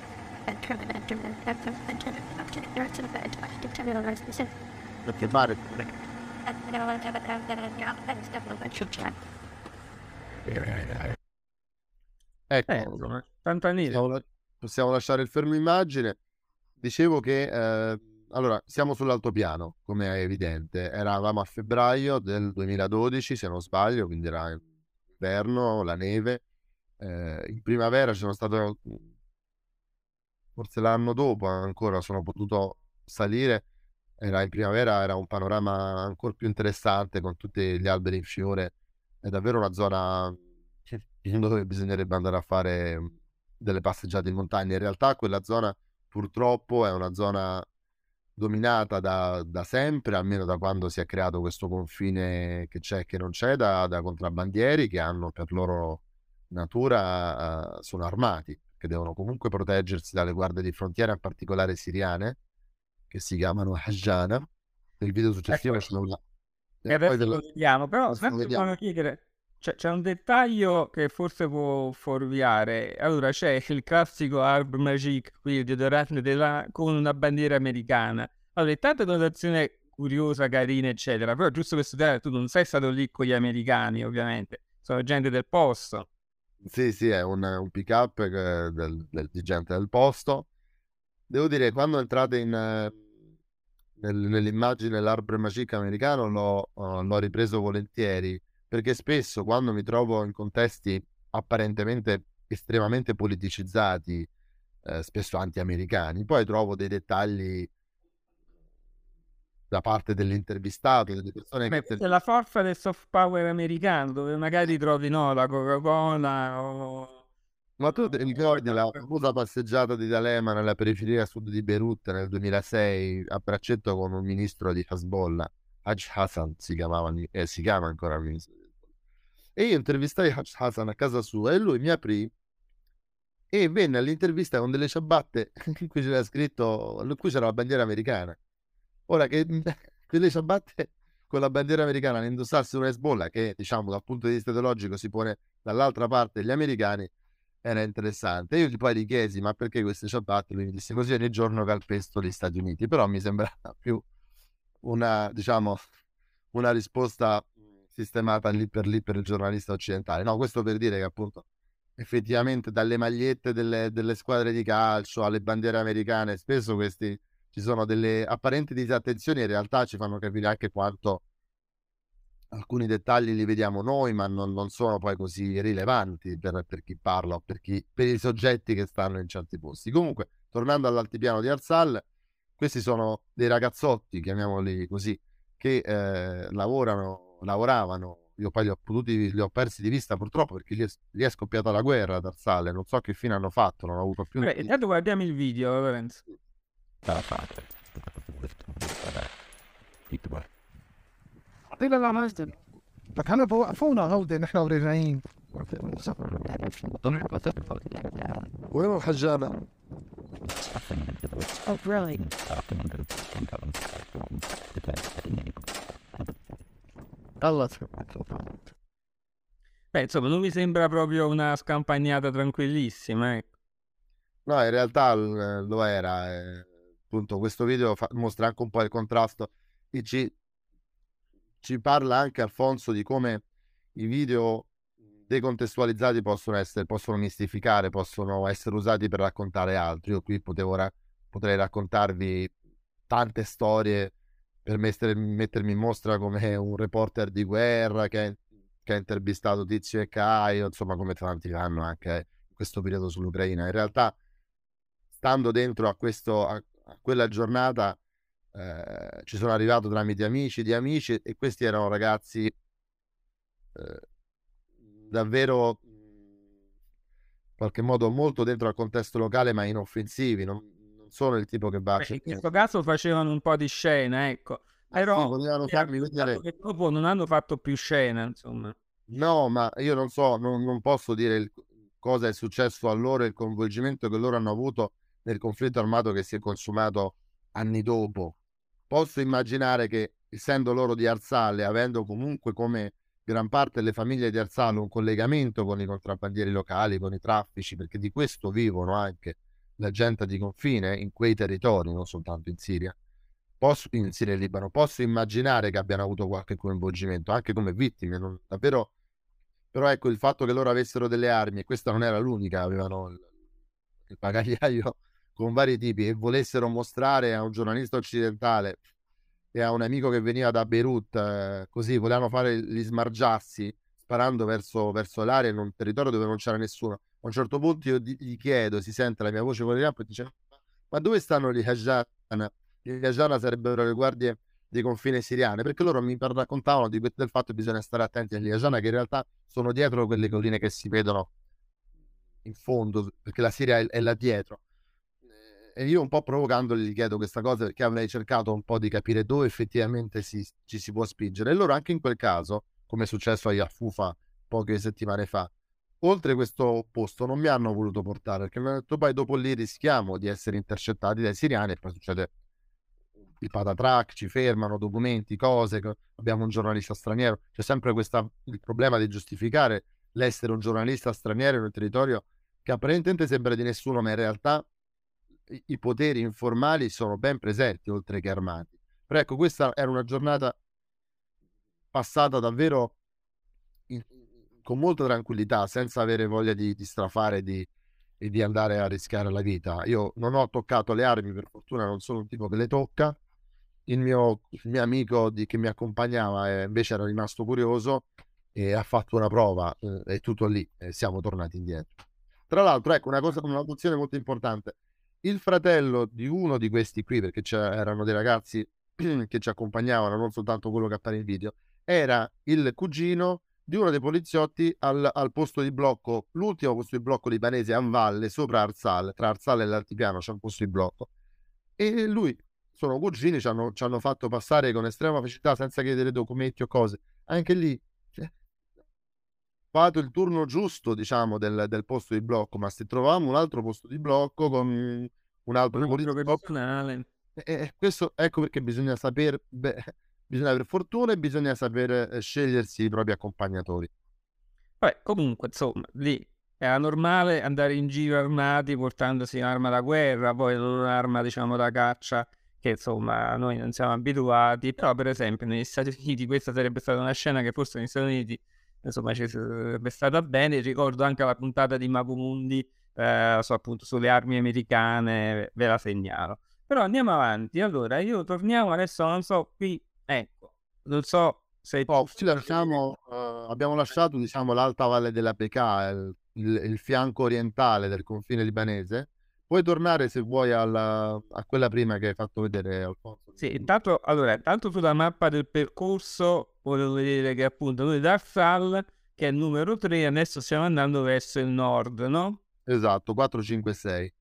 Ecco, Eh, insomma, tanta nera. possiamo, la- possiamo lasciare il fermo immagine. Dicevo che eh, allora siamo sull'altopiano, come è evidente. Eravamo a febbraio del duemiladodici, se non sbaglio, quindi era inverno, la neve. Eh, in primavera ci sono stato, forse l'anno dopo ancora sono potuto salire. Era in primavera, era un panorama ancora più interessante con tutti gli alberi in fiore. È davvero una zona dove bisognerebbe andare a fare delle passeggiate in montagna. In realtà quella zona purtroppo è una zona dominata da, da sempre, almeno da quando si è creato questo confine che c'è e che non c'è, da, da contrabbandieri che hanno per loro natura, uh, sono armati, che devono comunque proteggersi dalle guardie di frontiera, in particolare siriane, che si chiamano Hajjana. Nel video successivo Ecco. ce n'è una. E adesso ve lo lo- vediamo, però adesso lo sempre vediamo. volevo chiedere, c'è, c'è un dettaglio che forse può fuorviare. Allora, c'è il classico Arb Magic, qui il deodorante della, con una bandiera americana. Allora, è tanta connotazione curiosa, carina, eccetera, però giusto per studiare, tu non sei stato lì con gli americani, ovviamente, sono gente del posto. Sì, sì, è un, un pick up del, del, di gente del posto. Devo dire, quando entrate in, eh, nel- nell'immagine l'Arbre Magique americano l'ho, uh, l'ho ripreso volentieri, perché spesso quando mi trovo in contesti apparentemente estremamente politicizzati, eh, spesso anti-americani, poi trovo dei dettagli da parte dell'intervistato, delle persone Beh, che... questa è la forza del soft power americano, dove magari trovi, no, la Coca-Cola o... Ma tu ti ricordi la famosa passeggiata di D'Alema nella periferia sud di Beirut nel duemilasei a braccetto con un ministro di Hezbollah, Haj Hassan si chiamava, eh, si chiama ancora il ministro di Hezbollah. E io intervistai Haj Hassan a casa sua e lui mi aprì e venne all'intervista con delle ciabatte in cui c'era scritto, in cui c'era la bandiera americana. Ora che quelle ciabatte con la bandiera americana, l'indossarsi un Hezbollah che, diciamo, dal punto di vista ideologico si pone dall'altra parte degli americani, era interessante. Io gli poi gli chiesi, ma perché queste ciabatte? Lui mi disse, così ogni giorno calpesto gli Stati Uniti. Però mi sembrava più una, diciamo, una risposta sistemata lì per lì per il giornalista occidentale. No, questo per dire che appunto effettivamente dalle magliette delle, delle squadre di calcio alle bandiere americane, spesso questi ci sono delle apparenti disattenzioni, in realtà ci fanno capire anche quanto alcuni dettagli li vediamo noi, ma non, non sono poi così rilevanti per, per chi parla o per, chi, per i soggetti che stanno in certi posti. Comunque, tornando all'altipiano di Arsal, questi sono dei ragazzotti, chiamiamoli così, che eh, lavorano, lavoravano. Io poi li ho potuti, li ho persi di vista purtroppo perché lì è, lì è scoppiata la guerra ad Arzale, non so che fine hanno fatto, non ho avuto più Vabbè, intanto guardiamo il video, Lorenzo. اعطينا لا ماجد لك انا وقفونا هودي نحن وراجعين وين الحجامه؟ Oh, really? الله Beh, insomma, non mi sembra proprio una scampagnata tranquillissima, ecco. No, in realtà l- lo era. eh, appunto, questo video fa- mostra anche un po' il contrasto e ci, ci parla anche Alfonso di come i video decontestualizzati possono essere, possono mistificare, possono essere usati per raccontare altro. Io qui potevo ra- potrei raccontarvi tante storie per mettere- mettermi in mostra come un reporter di guerra che, che ha intervistato Tizio e Caio, insomma, come tanti fanno anche in questo periodo sull'Ucraina. In realtà, stando dentro a, questo, a, a quella giornata, eh, ci sono arrivato tramite amici di amici e questi erano ragazzi eh, davvero in qualche modo molto dentro al contesto locale ma inoffensivi, non, non sono il tipo che va a Beh, in cercare. questo caso facevano un po' di scena, ecco. Però Sì, volevano mi ha farmi raccontato vedere. che dopo non hanno fatto più scena, insomma. No, ma io non so, non, non posso dire il- cosa è successo a loro e il coinvolgimento che loro hanno avuto nel conflitto armato che si è consumato anni dopo. Posso immaginare che, essendo loro di Arzale, avendo comunque come gran parte delle famiglie di Arzale un collegamento con i contrabbandieri locali, con i traffici, perché di questo vivono anche la gente di confine in quei territori, non soltanto in Siria, posso, in Siria e Libano, posso immaginare che abbiano avuto qualche coinvolgimento, anche come vittime, non, davvero. Però ecco, il fatto che loro avessero delle armi, e questa non era l'unica, avevano il, il bagagliaio con vari tipi, e volessero mostrare a un giornalista occidentale e a un amico che veniva da Beirut, eh, così, volevano fare gli smargiassi, sparando verso, verso l'area in un territorio dove non c'era nessuno. A un certo punto io di- gli chiedo, si sente la mia voce con le lampe e dice: ma dove stanno gli Hajjana? Gli Hajjana sarebbero le guardie di confine siriane, perché loro mi par- raccontavano di, que- del fatto che bisogna stare attenti agli Hajjana, che in realtà sono dietro quelle colline che si vedono in fondo, perché la Siria è, è là dietro. E io un po' provocandoli gli chiedo questa cosa perché avrei cercato un po' di capire dove effettivamente si, ci si può spingere. E loro anche in quel caso, come è successo a Yafufa poche settimane fa, oltre questo posto non mi hanno voluto portare perché mi hanno detto poi dopo lì rischiamo di essere intercettati dai siriani e poi succede il patatrack, ci fermano, documenti, cose, abbiamo un giornalista straniero, c'è sempre questa, il problema di giustificare l'essere un giornalista straniero in un territorio che apparentemente sembra di nessuno, ma in realtà i, i poteri informali sono ben presenti oltre che armati. Però ecco, questa era una giornata passata davvero in, con molta tranquillità, senza avere voglia di, di strafare di, e di andare a rischiare la vita. Io non ho toccato le armi, per fortuna non sono un tipo che le tocca. Il mio, il mio amico di, che mi accompagnava eh, invece era rimasto curioso e ha fatto una prova, eh, è tutto lì, e siamo tornati indietro. Tra l'altro, ecco, una cosa, una notazione molto importante. Il fratello di uno di questi qui, perché c'erano dei ragazzi che ci accompagnavano, non soltanto quello che appare in video, era il cugino di uno dei poliziotti al, al posto di blocco, l'ultimo posto di blocco libanese a valle, sopra Arzal, tra Arzal e l'altipiano c'è un posto di blocco. E lui, sono cugini, ci hanno, ci hanno fatto passare con estrema facilità, senza chiedere documenti o cose. Anche lì, cioè, fatto il turno giusto, diciamo, del, del posto di blocco, ma se trovavamo un altro posto di blocco con un altro Un altro poliziotto, personale. e questo, ecco perché bisogna saper, beh, bisogna avere fortuna e bisogna saper eh, scegliersi i propri accompagnatori. Beh, comunque, insomma, lì era normale andare in giro armati portandosi un'arma da guerra, poi non un'arma, diciamo, da caccia, che insomma noi non siamo abituati. Però, per esempio, negli Stati Uniti questa sarebbe stata una scena che forse negli Stati Uniti, insomma, ci sarebbe stata bene. Ricordo anche la puntata di Macomundi, eh, su, appunto, sulle armi americane, ve la segnalo. Però andiamo avanti. Allora, io torniamo adesso, non so, qui, ecco, non so se Oh, tu... qui lasciamo, eh, abbiamo lasciato, diciamo, l'alta valle della Bekaa, il, il- il fianco orientale del confine libanese, Puoi tornare se vuoi alla, a quella prima che hai fatto vedere, Alfonso. Sì, intanto, allora, intanto sulla mappa del percorso volevo vedere che appunto noi da Arsal, che è il numero tre, adesso stiamo andando verso il nord, no? Esatto, quattro, cinque, sei.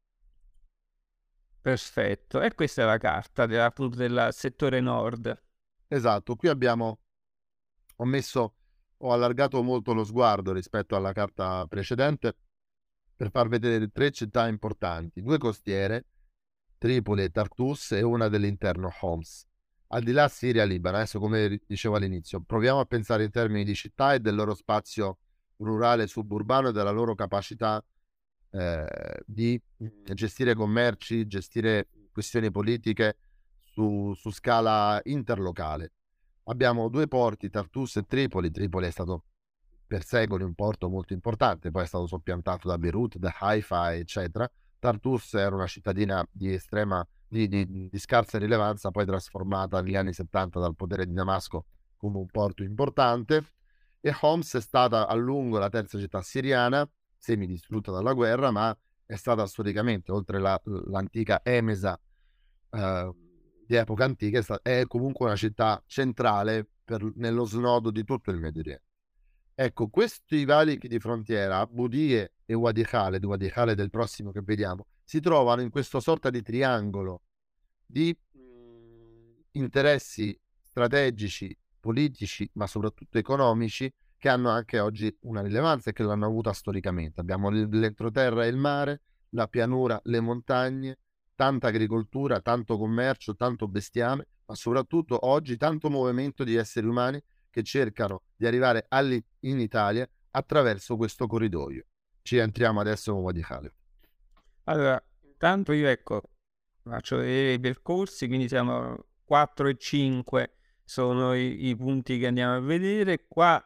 Perfetto, e questa è la carta della- appunto del settore nord. Esatto, qui abbiamo, ho messo, ho allargato molto lo sguardo rispetto alla carta precedente per far vedere tre città importanti, due costiere, Tripoli e Tartus, e una dell'interno, Homs. Al di là Siria e Libano, adesso come dicevo all'inizio, proviamo a pensare in termini di città e del loro spazio rurale, suburbano e della loro capacità eh, di gestire commerci, gestire questioni politiche su, su scala interlocale. Abbiamo due porti, Tartus e Tripoli. Tripoli è stato per secoli un porto molto importante, poi è stato soppiantato da Beirut, da Haifa, eccetera. Tartus era una cittadina di estrema, di, di, di scarsa rilevanza, poi trasformata negli anni settanta dal potere di Damasco come un porto importante. E Homs è stata a lungo la terza città siriana, semidistrutta dalla guerra, ma è stata storicamente, oltre la, l'antica Emesa eh, di epoca antica, è, stata, è comunque una città centrale per, nello snodo di tutto il Medio Oriente. Ecco, questi valichi di frontiera, Abudie e Wadi Khaled, Wadi Khaled del prossimo che vediamo, si trovano in questa sorta di triangolo di mh, interessi strategici, politici, ma soprattutto economici, che hanno anche oggi una rilevanza e che l'hanno avuta storicamente. Abbiamo l'entroterra e il mare, la pianura, le montagne, tanta agricoltura, tanto commercio, tanto bestiame, ma soprattutto oggi tanto movimento di esseri umani che cercano di arrivare in Italia attraverso questo corridoio. Ci entriamo adesso con Wadi Khaled. Allora, intanto io ecco, faccio vedere i percorsi, quindi siamo quattro e cinque sono i, i punti che andiamo a vedere. Qua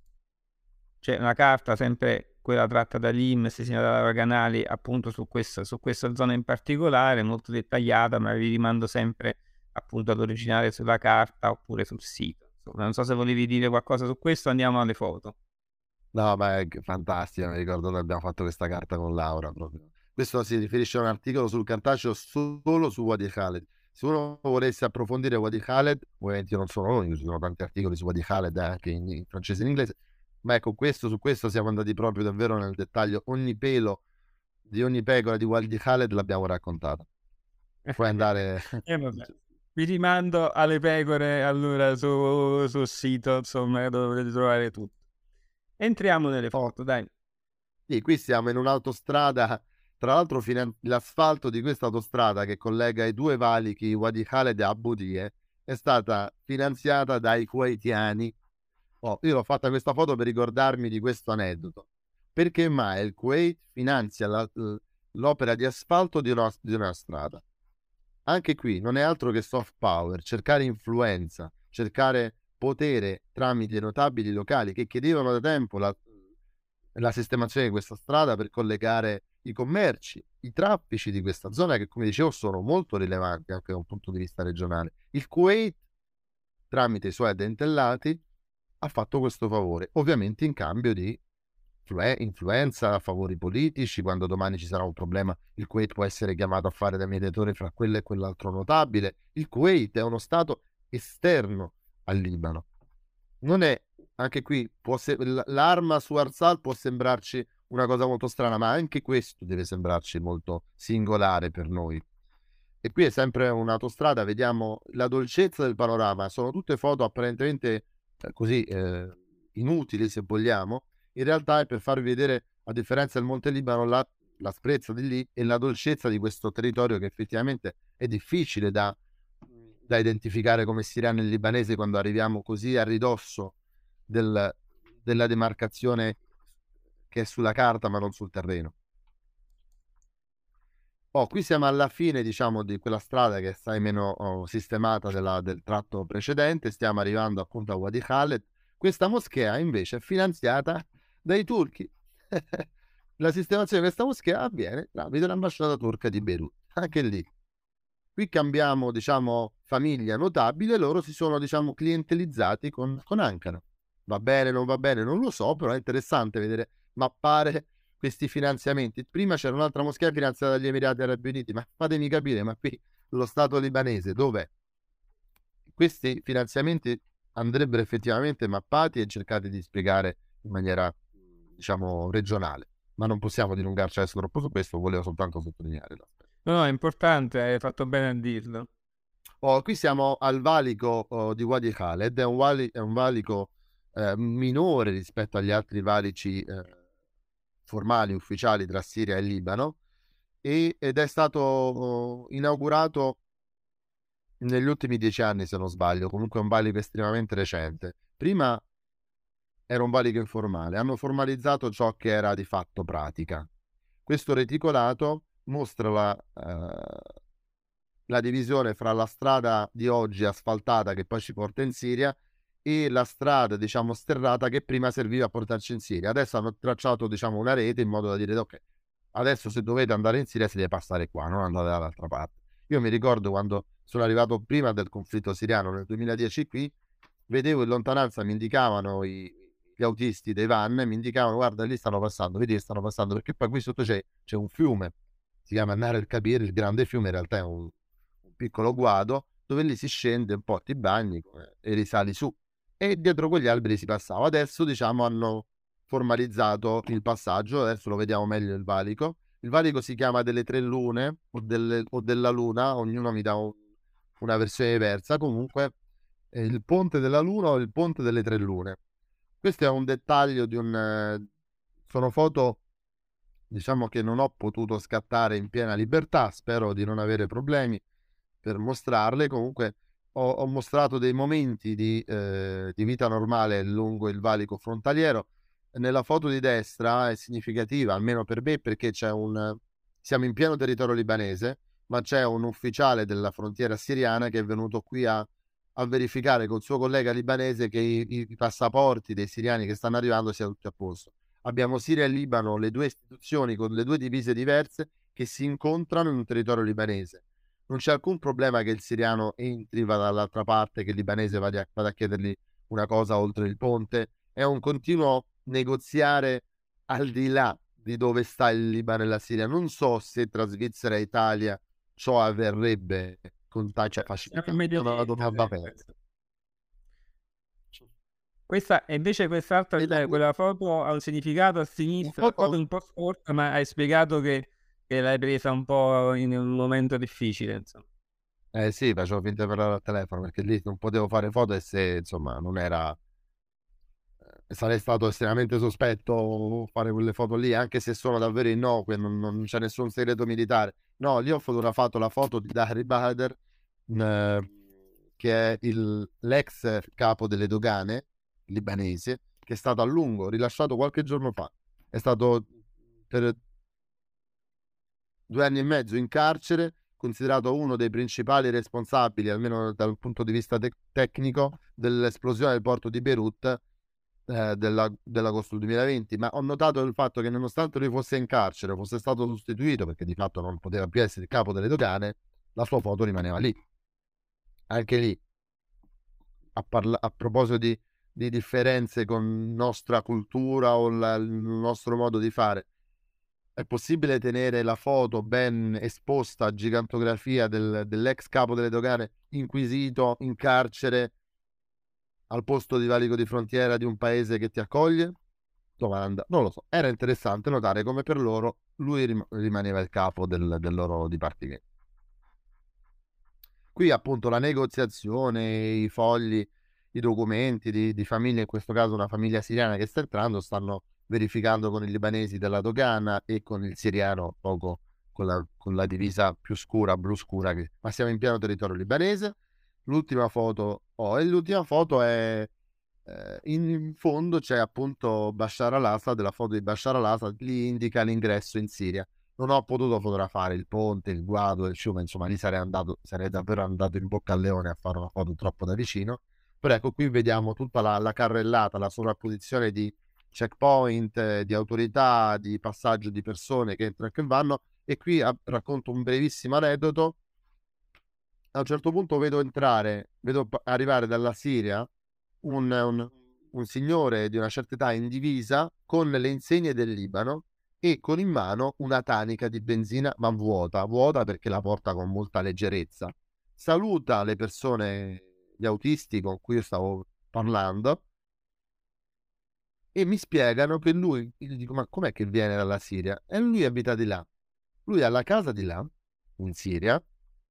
c'è una carta, sempre quella tratta da L'I M S, segnalata Canali, appunto su questa, su questa zona in particolare, molto dettagliata, ma vi rimando sempre appunto all'originale sulla carta oppure sul sito. Insomma, non so se volevi dire qualcosa su questo, andiamo alle foto. No, ma è fantastica, mi ricordo che abbiamo fatto questa carta con Laura proprio. Questo si riferisce a un articolo sul cartaceo solo su Wadi Khaled. Se uno volesse approfondire Wadi Khaled, ovviamente non sono l'unico, ci sono tanti articoli su Wadi Khaled eh, anche in, in francese e in inglese, ma ecco, questo, su questo siamo andati proprio davvero nel dettaglio. Ogni pelo di ogni pecora di Wadi Khaled l'abbiamo raccontata. Puoi andare... eh, vabbè. Vi rimando alle pecore allora su, sul sito, insomma, dove potete trovare tutto. Entriamo nelle foto, dai. Sì, qui siamo in un'autostrada, tra l'altro finan- l'asfalto di questa autostrada che collega i due valichi Wadi Khaled e Abudie è stata finanziata dai kuwaitiani. Oh, io l'ho fatta questa foto per ricordarmi di questo aneddoto. Perché mai il Kuwait finanzia la, l'opera di asfalto di una, di una strada? Anche qui non è altro che soft power, cercare influenza, cercare potere tramite notabili locali che chiedevano da tempo la, la sistemazione di questa strada per collegare i commerci, i traffici di questa zona che, come dicevo, sono molto rilevanti anche da un punto di vista regionale. Il Kuwait, tramite i suoi addentellati, ha fatto questo favore, ovviamente in cambio di influenza, favori politici. Quando domani ci sarà un problema, il Kuwait può essere chiamato a fare da mediatore fra quello e quell'altro notabile. Il Kuwait è uno stato esterno al Libano. Non è, anche qui, può se- l'arma su Arsal può sembrarci una cosa molto strana, ma anche questo deve sembrarci molto singolare per noi. E qui è sempre un'autostrada, vediamo la dolcezza del panorama, sono tutte foto apparentemente eh, così eh, inutili, se vogliamo. In realtà è per farvi vedere, a differenza del Monte Libano, la, l'asprezza di lì e la dolcezza di questo territorio che effettivamente è difficile da, da identificare come siriano e libanese quando arriviamo così a ridosso del, della demarcazione che è sulla carta ma non sul terreno. Oh, qui siamo alla fine, diciamo, di quella strada che è assai meno oh, sistemata della, del tratto precedente. Stiamo arrivando appunto a Wadi Khaled. Questa moschea invece è finanziata dai turchi. La sistemazione di questa moschea avviene tramite l'ambasciata turca di Beirut. Anche lì. Qui cambiamo, diciamo, famiglia notabile. Loro si sono, diciamo, clientelizzati con, con Ankara. Va bene, non va bene, non lo so, però è interessante vedere mappare questi finanziamenti. Prima c'era un'altra moschea finanziata dagli Emirati Arabi Uniti, ma fatemi capire, ma qui lo Stato libanese dov'è? Questi finanziamenti andrebbero effettivamente mappati e cercati di spiegare in maniera, diciamo, regionale, ma non possiamo dilungarci adesso troppo su questo, volevo soltanto sottolineare l'aspetto. No, no, è importante, hai fatto bene a dirlo. Oh, qui siamo al valico oh, di Wadi Khaled, è un, vali, è un valico eh, minore rispetto agli altri valici eh, formali, ufficiali tra Siria e Libano, e, ed è stato oh, inaugurato negli ultimi dieci anni, se non sbaglio, comunque è un valico estremamente recente. Prima era un valico informale, hanno formalizzato ciò che era di fatto pratica. Questo reticolato mostra la, eh, la divisione fra la strada di oggi asfaltata che poi ci porta in Siria e la strada, diciamo, sterrata che prima serviva a portarci in Siria. Adesso hanno tracciato, diciamo, una rete in modo da dire, ok, adesso se dovete andare in Siria si deve passare qua, non andate dall'altra parte. Io mi ricordo quando sono arrivato prima del conflitto siriano nel duemiladieci qui, vedevo in lontananza, mi indicavano i, gli autisti dei van, mi indicavano, guarda, lì stanno passando, vedi che stanno passando, perché poi qui sotto c'è, c'è un fiume, si chiama Nar el Kabir, il grande fiume, in realtà è un, un piccolo guado, dove lì si scende un po', ti bagni eh, e risali su, e dietro quegli alberi si passava. Adesso, diciamo, hanno formalizzato il passaggio, adesso lo vediamo meglio il valico. Il valico si chiama delle tre lune o, delle, o della luna, ognuno mi dà un, una versione diversa, comunque è il ponte della luna o il ponte delle tre lune. Questo è un dettaglio di un... Eh, sono foto, diciamo, che non ho potuto scattare in piena libertà, spero di non avere problemi per mostrarle. Comunque ho, ho mostrato dei momenti di, eh, di vita normale lungo il valico frontaliero. Nella foto di destra è significativa, almeno per me, perché c'è un... siamo in pieno territorio libanese, ma c'è un ufficiale della frontiera siriana che è venuto qui a, a verificare col suo collega libanese che i, i passaporti dei siriani che stanno arrivando siano tutti a posto. Abbiamo Siria e Libano, le due istituzioni con le due divise diverse che si incontrano in un territorio libanese. Non c'è alcun problema che il siriano entri, vada dall'altra parte, che il libanese vada, vada a chiedergli una cosa oltre il ponte. È un continuo negoziare al di là di dove sta il Libano e la Siria. Non so se tra Svizzera e Italia ciò avverrebbe con tanta facilità. Medio- Non va bene. Questa, e invece quest'altra, E la- quella foto ha un significato a sinistra, Un po' foto un po' sporca, ma hai spiegato che, che l'hai presa un po' in un momento difficile, insomma. Eh sì, facevo finta di parlare al telefono perché lì non potevo fare foto e se insomma non era... eh, sarei stato estremamente sospetto fare quelle foto lì, anche se sono davvero innocue, non, non c'è nessun segreto militare. No, lì ho fotografato la foto di Dahri Bahader, eh, che è il, l'ex capo delle dogane libanese, che è stato a lungo rilasciato qualche giorno fa. È stato per due anni e mezzo in carcere, considerato uno dei principali responsabili, almeno dal punto di vista te- tecnico, dell'esplosione del porto di Beirut eh, della, dell'agosto duemilaventi. Ma ho notato il fatto che nonostante lui fosse in carcere, fosse stato sostituito, perché di fatto non poteva più essere il capo delle dogane, la sua foto rimaneva lì. Anche lì, a, parla- a proposito di, di differenze con nostra cultura o la- il nostro modo di fare, è possibile tenere la foto ben esposta a gigantografia del, dell'ex capo delle dogane inquisito in carcere al posto di valico di frontiera di un paese che ti accoglie? Domanda, non lo so. Era interessante notare come per loro lui rim- rimaneva il capo del, del loro dipartimento. Qui appunto la negoziazione, i fogli, i documenti di, di famiglia, in questo caso una famiglia siriana che sta entrando, stanno verificando con i libanesi della dogana e con il siriano poco con la, con la divisa più scura, blu scura, che... ma siamo in pieno territorio libanese. L'ultima foto ho, e l'ultima foto è eh, in fondo c'è appunto Bashar al-Assad, la foto di Bashar al-Assad, lì indica l'ingresso in Siria. Non ho potuto fotografare il ponte, il guado, il fiume, insomma lì sarei andato, sarei davvero andato in bocca al leone a fare una foto troppo da vicino. Però ecco, qui vediamo tutta la, la carrellata, la sovrapposizione di checkpoint, eh, di autorità, di passaggio di persone che entrano e che vanno. E qui ah, racconto un brevissimo aneddoto. A un certo punto vedo entrare, vedo pa- arrivare dalla Siria un, un, un signore di una certa età in divisa con le insegne del Libano e con in mano una tanica di benzina, ma vuota, vuota perché la porta con molta leggerezza. Saluta le persone, gli autisti con cui io stavo parlando, e mi spiegano che lui, io gli dico, ma com'è che viene dalla Siria? E lui abita di là. Lui ha la casa di là, in Siria,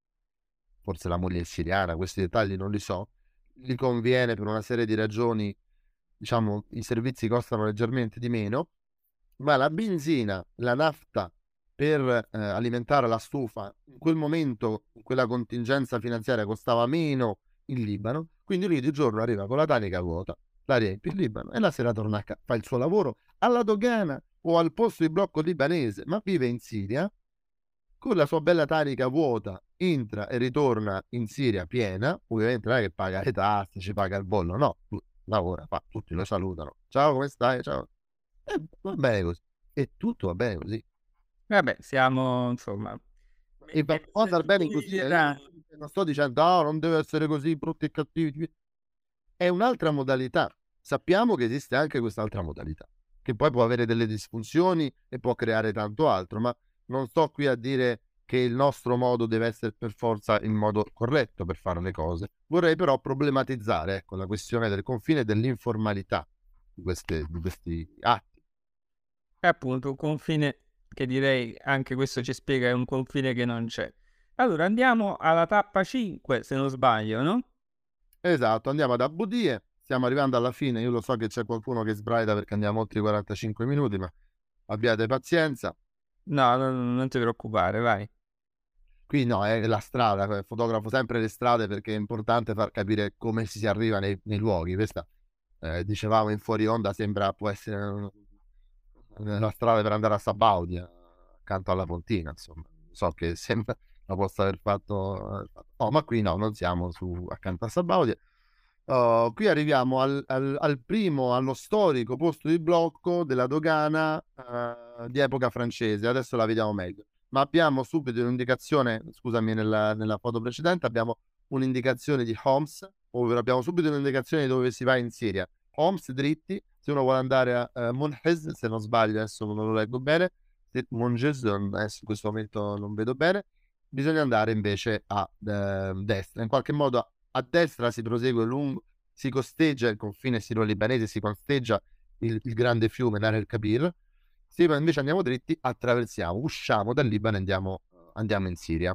forse la moglie è siriana, questi dettagli non li so, gli conviene per una serie di ragioni, diciamo, i servizi costano leggermente di meno, ma la benzina, la nafta per eh, alimentare la stufa, in quel momento, in quella contingenza finanziaria, costava meno in Libano, quindi lui di giorno arriva con la tanica vuota, la riempie in Libano e la sera torna a casa, fa il suo lavoro alla dogana o al posto di blocco libanese, ma vive in Siria con la sua bella tanica vuota, entra e ritorna in Siria piena, ovviamente non è che paga le tasse, ci paga il bollo, no, lavora, fa, tutti lo salutano, ciao come stai, ciao, e va bene così, e tutto va bene così. Vabbè, siamo insomma... E va può andare bene così, eh, non sto dicendo, oh, non deve essere così, brutti e cattivi, è un'altra modalità, sappiamo che esiste anche quest'altra modalità, che poi può avere delle disfunzioni e può creare tanto altro, ma non sto qui a dire che il nostro modo deve essere per forza il modo corretto per fare le cose. Vorrei però problematizzare, ecco, la questione del confine e dell'informalità di, queste, di questi atti. È appunto un confine che direi, anche questo ci spiega, è un confine che non c'è. Allora andiamo alla tappa cinque, se non sbaglio, no? Esatto, andiamo ad Abu Die, stiamo arrivando alla fine, io lo so che c'è qualcuno che sbraita perché andiamo oltre i quarantacinque minuti, ma abbiate pazienza. No, non, non ti preoccupare, vai. Qui no, è la strada, fotografo sempre le strade perché è importante far capire come si arriva nei, nei luoghi. Questa, eh, dicevamo in fuori onda, sembra può essere la strada per andare a Sabaudia, accanto alla Pontina, insomma. So che sembra la possa aver fatto... Oh, ma qui no, non siamo su accanto a Sabaudia. Uh, qui arriviamo al, al, al primo, allo storico posto di blocco della dogana uh, di epoca francese. Adesso la vediamo meglio. Ma abbiamo subito un'indicazione, scusami, nella, nella foto precedente abbiamo un'indicazione di Homs, ovvero abbiamo subito un'indicazione di dove si va in Siria. Homs dritti, se uno vuole andare a uh, Monhez, se non sbaglio, adesso non lo leggo bene, Monhez, adesso in questo momento non vedo bene, bisogna andare invece a uh, destra. In qualche modo a destra si prosegue lungo, si costeggia il confine siro-libanese, si costeggia il, il grande fiume Nahr el-Kabir. Se invece andiamo dritti, attraversiamo, usciamo dal Libano e andiamo, andiamo in Siria.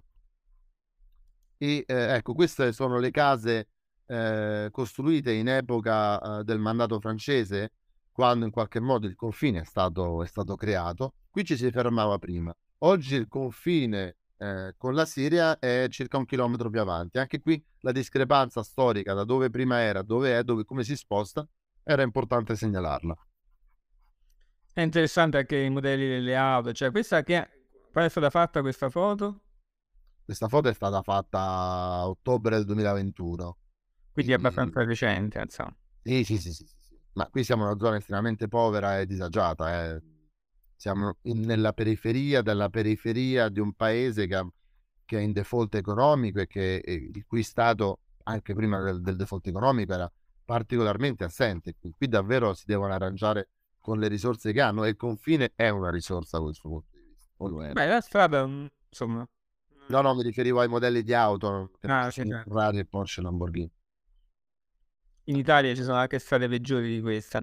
E eh, ecco, queste sono le case eh, costruite in epoca eh, del mandato francese, quando in qualche modo il confine è stato, è stato creato. Qui ci si fermava prima. Oggi il confine eh, con la Siria è circa un chilometro più avanti. Anche qui la discrepanza storica da dove prima era, dove è, dove, come si sposta, era importante segnalarla. È interessante anche i modelli delle auto, cioè questa che... Quando è stata fatta questa foto? Questa foto è stata fatta a ottobre del duemilaventuno. Quindi è abbastanza recente, insomma. Sì, sì, sì, sì, sì. Ma qui siamo in una zona estremamente povera e disagiata. Eh. Siamo in, nella periferia della periferia di un paese che, ha, che è in default economico e che e il cui stato, anche prima del, del default economico, era particolarmente assente. Qui, qui davvero si devono arrangiare con le risorse che hanno e il confine è una risorsa da questo punto di vista. O lo è. Beh, la strada, insomma... No, no, mi riferivo ai modelli di auto, Ah, sì, certo. Ferrari e Porsche e Lamborghini. In Italia ci sono anche strade peggiori di questa.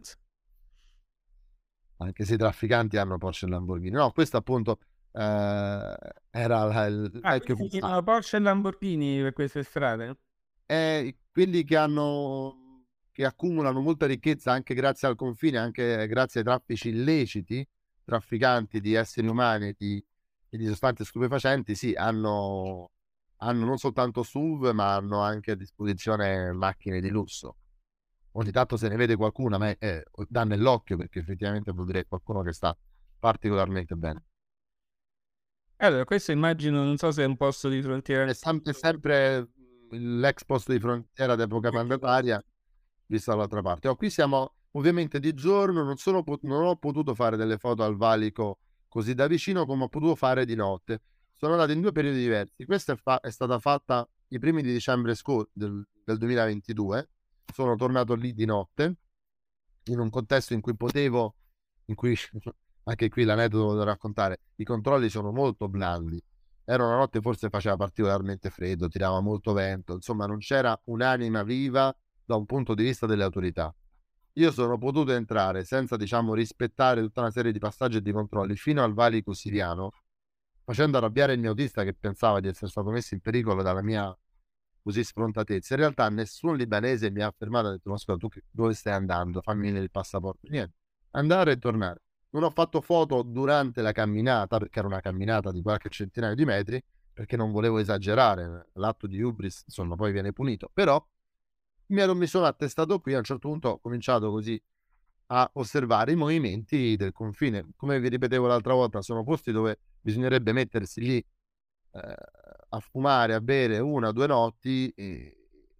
Anche se i trafficanti hanno Porsche e Lamborghini. No, questo appunto eh, era la, il ah, vecchio quindi chiamano Porsche e Lamborghini per queste strade? Eh, quelli che hanno che accumulano molta ricchezza anche grazie al confine, anche grazie ai traffici illeciti, trafficanti di esseri umani e di, e di sostanze stupefacenti, sì, hanno, hanno non soltanto S U V, ma hanno anche a disposizione macchine di lusso. Ogni tanto se ne vede qualcuna, ma è, dà nell'occhio perché effettivamente vuol dire qualcuno che sta particolarmente bene. Allora, questo immagino, non so se è un posto di frontiera. È, sem- è sempre l'ex posto di frontiera d'epoca mandataria, visto dall'altra parte. Oh, qui siamo ovviamente di giorno, non, sono pot- non ho potuto fare delle foto al valico così da vicino come ho potuto fare di notte. Sono andato in due periodi diversi. Questa è, fa- è stata fatta i primi di dicembre scorso del, del duemilaventidue. Sono tornato lì di notte in un contesto in cui potevo, in cui anche qui l'aneddoto da raccontare, i controlli sono molto blandi. Era una notte, forse faceva particolarmente freddo, tirava molto vento, insomma non c'era un'anima viva da un punto di vista delle autorità. Io sono potuto entrare senza, diciamo, rispettare tutta una serie di passaggi e di controlli fino al valico siriano, facendo arrabbiare il mio autista che pensava di essere stato messo in pericolo dalla mia così sfrontatezza. In realtà nessun libanese mi ha fermato e ha detto: ma scusa, tu che- dove stai andando? Fammi vedere il passaporto. Niente, andare e tornare. Non ho fatto foto durante la camminata, perché era una camminata di qualche centinaio di metri, perché non volevo esagerare. L'atto di hubris, insomma, poi viene punito. Però mi, ero, mi sono attestato qui, a un certo punto ho cominciato così a osservare i movimenti del confine. Come vi ripetevo l'altra volta, sono posti dove bisognerebbe mettersi lì eh, a fumare, a bere una o due notti e,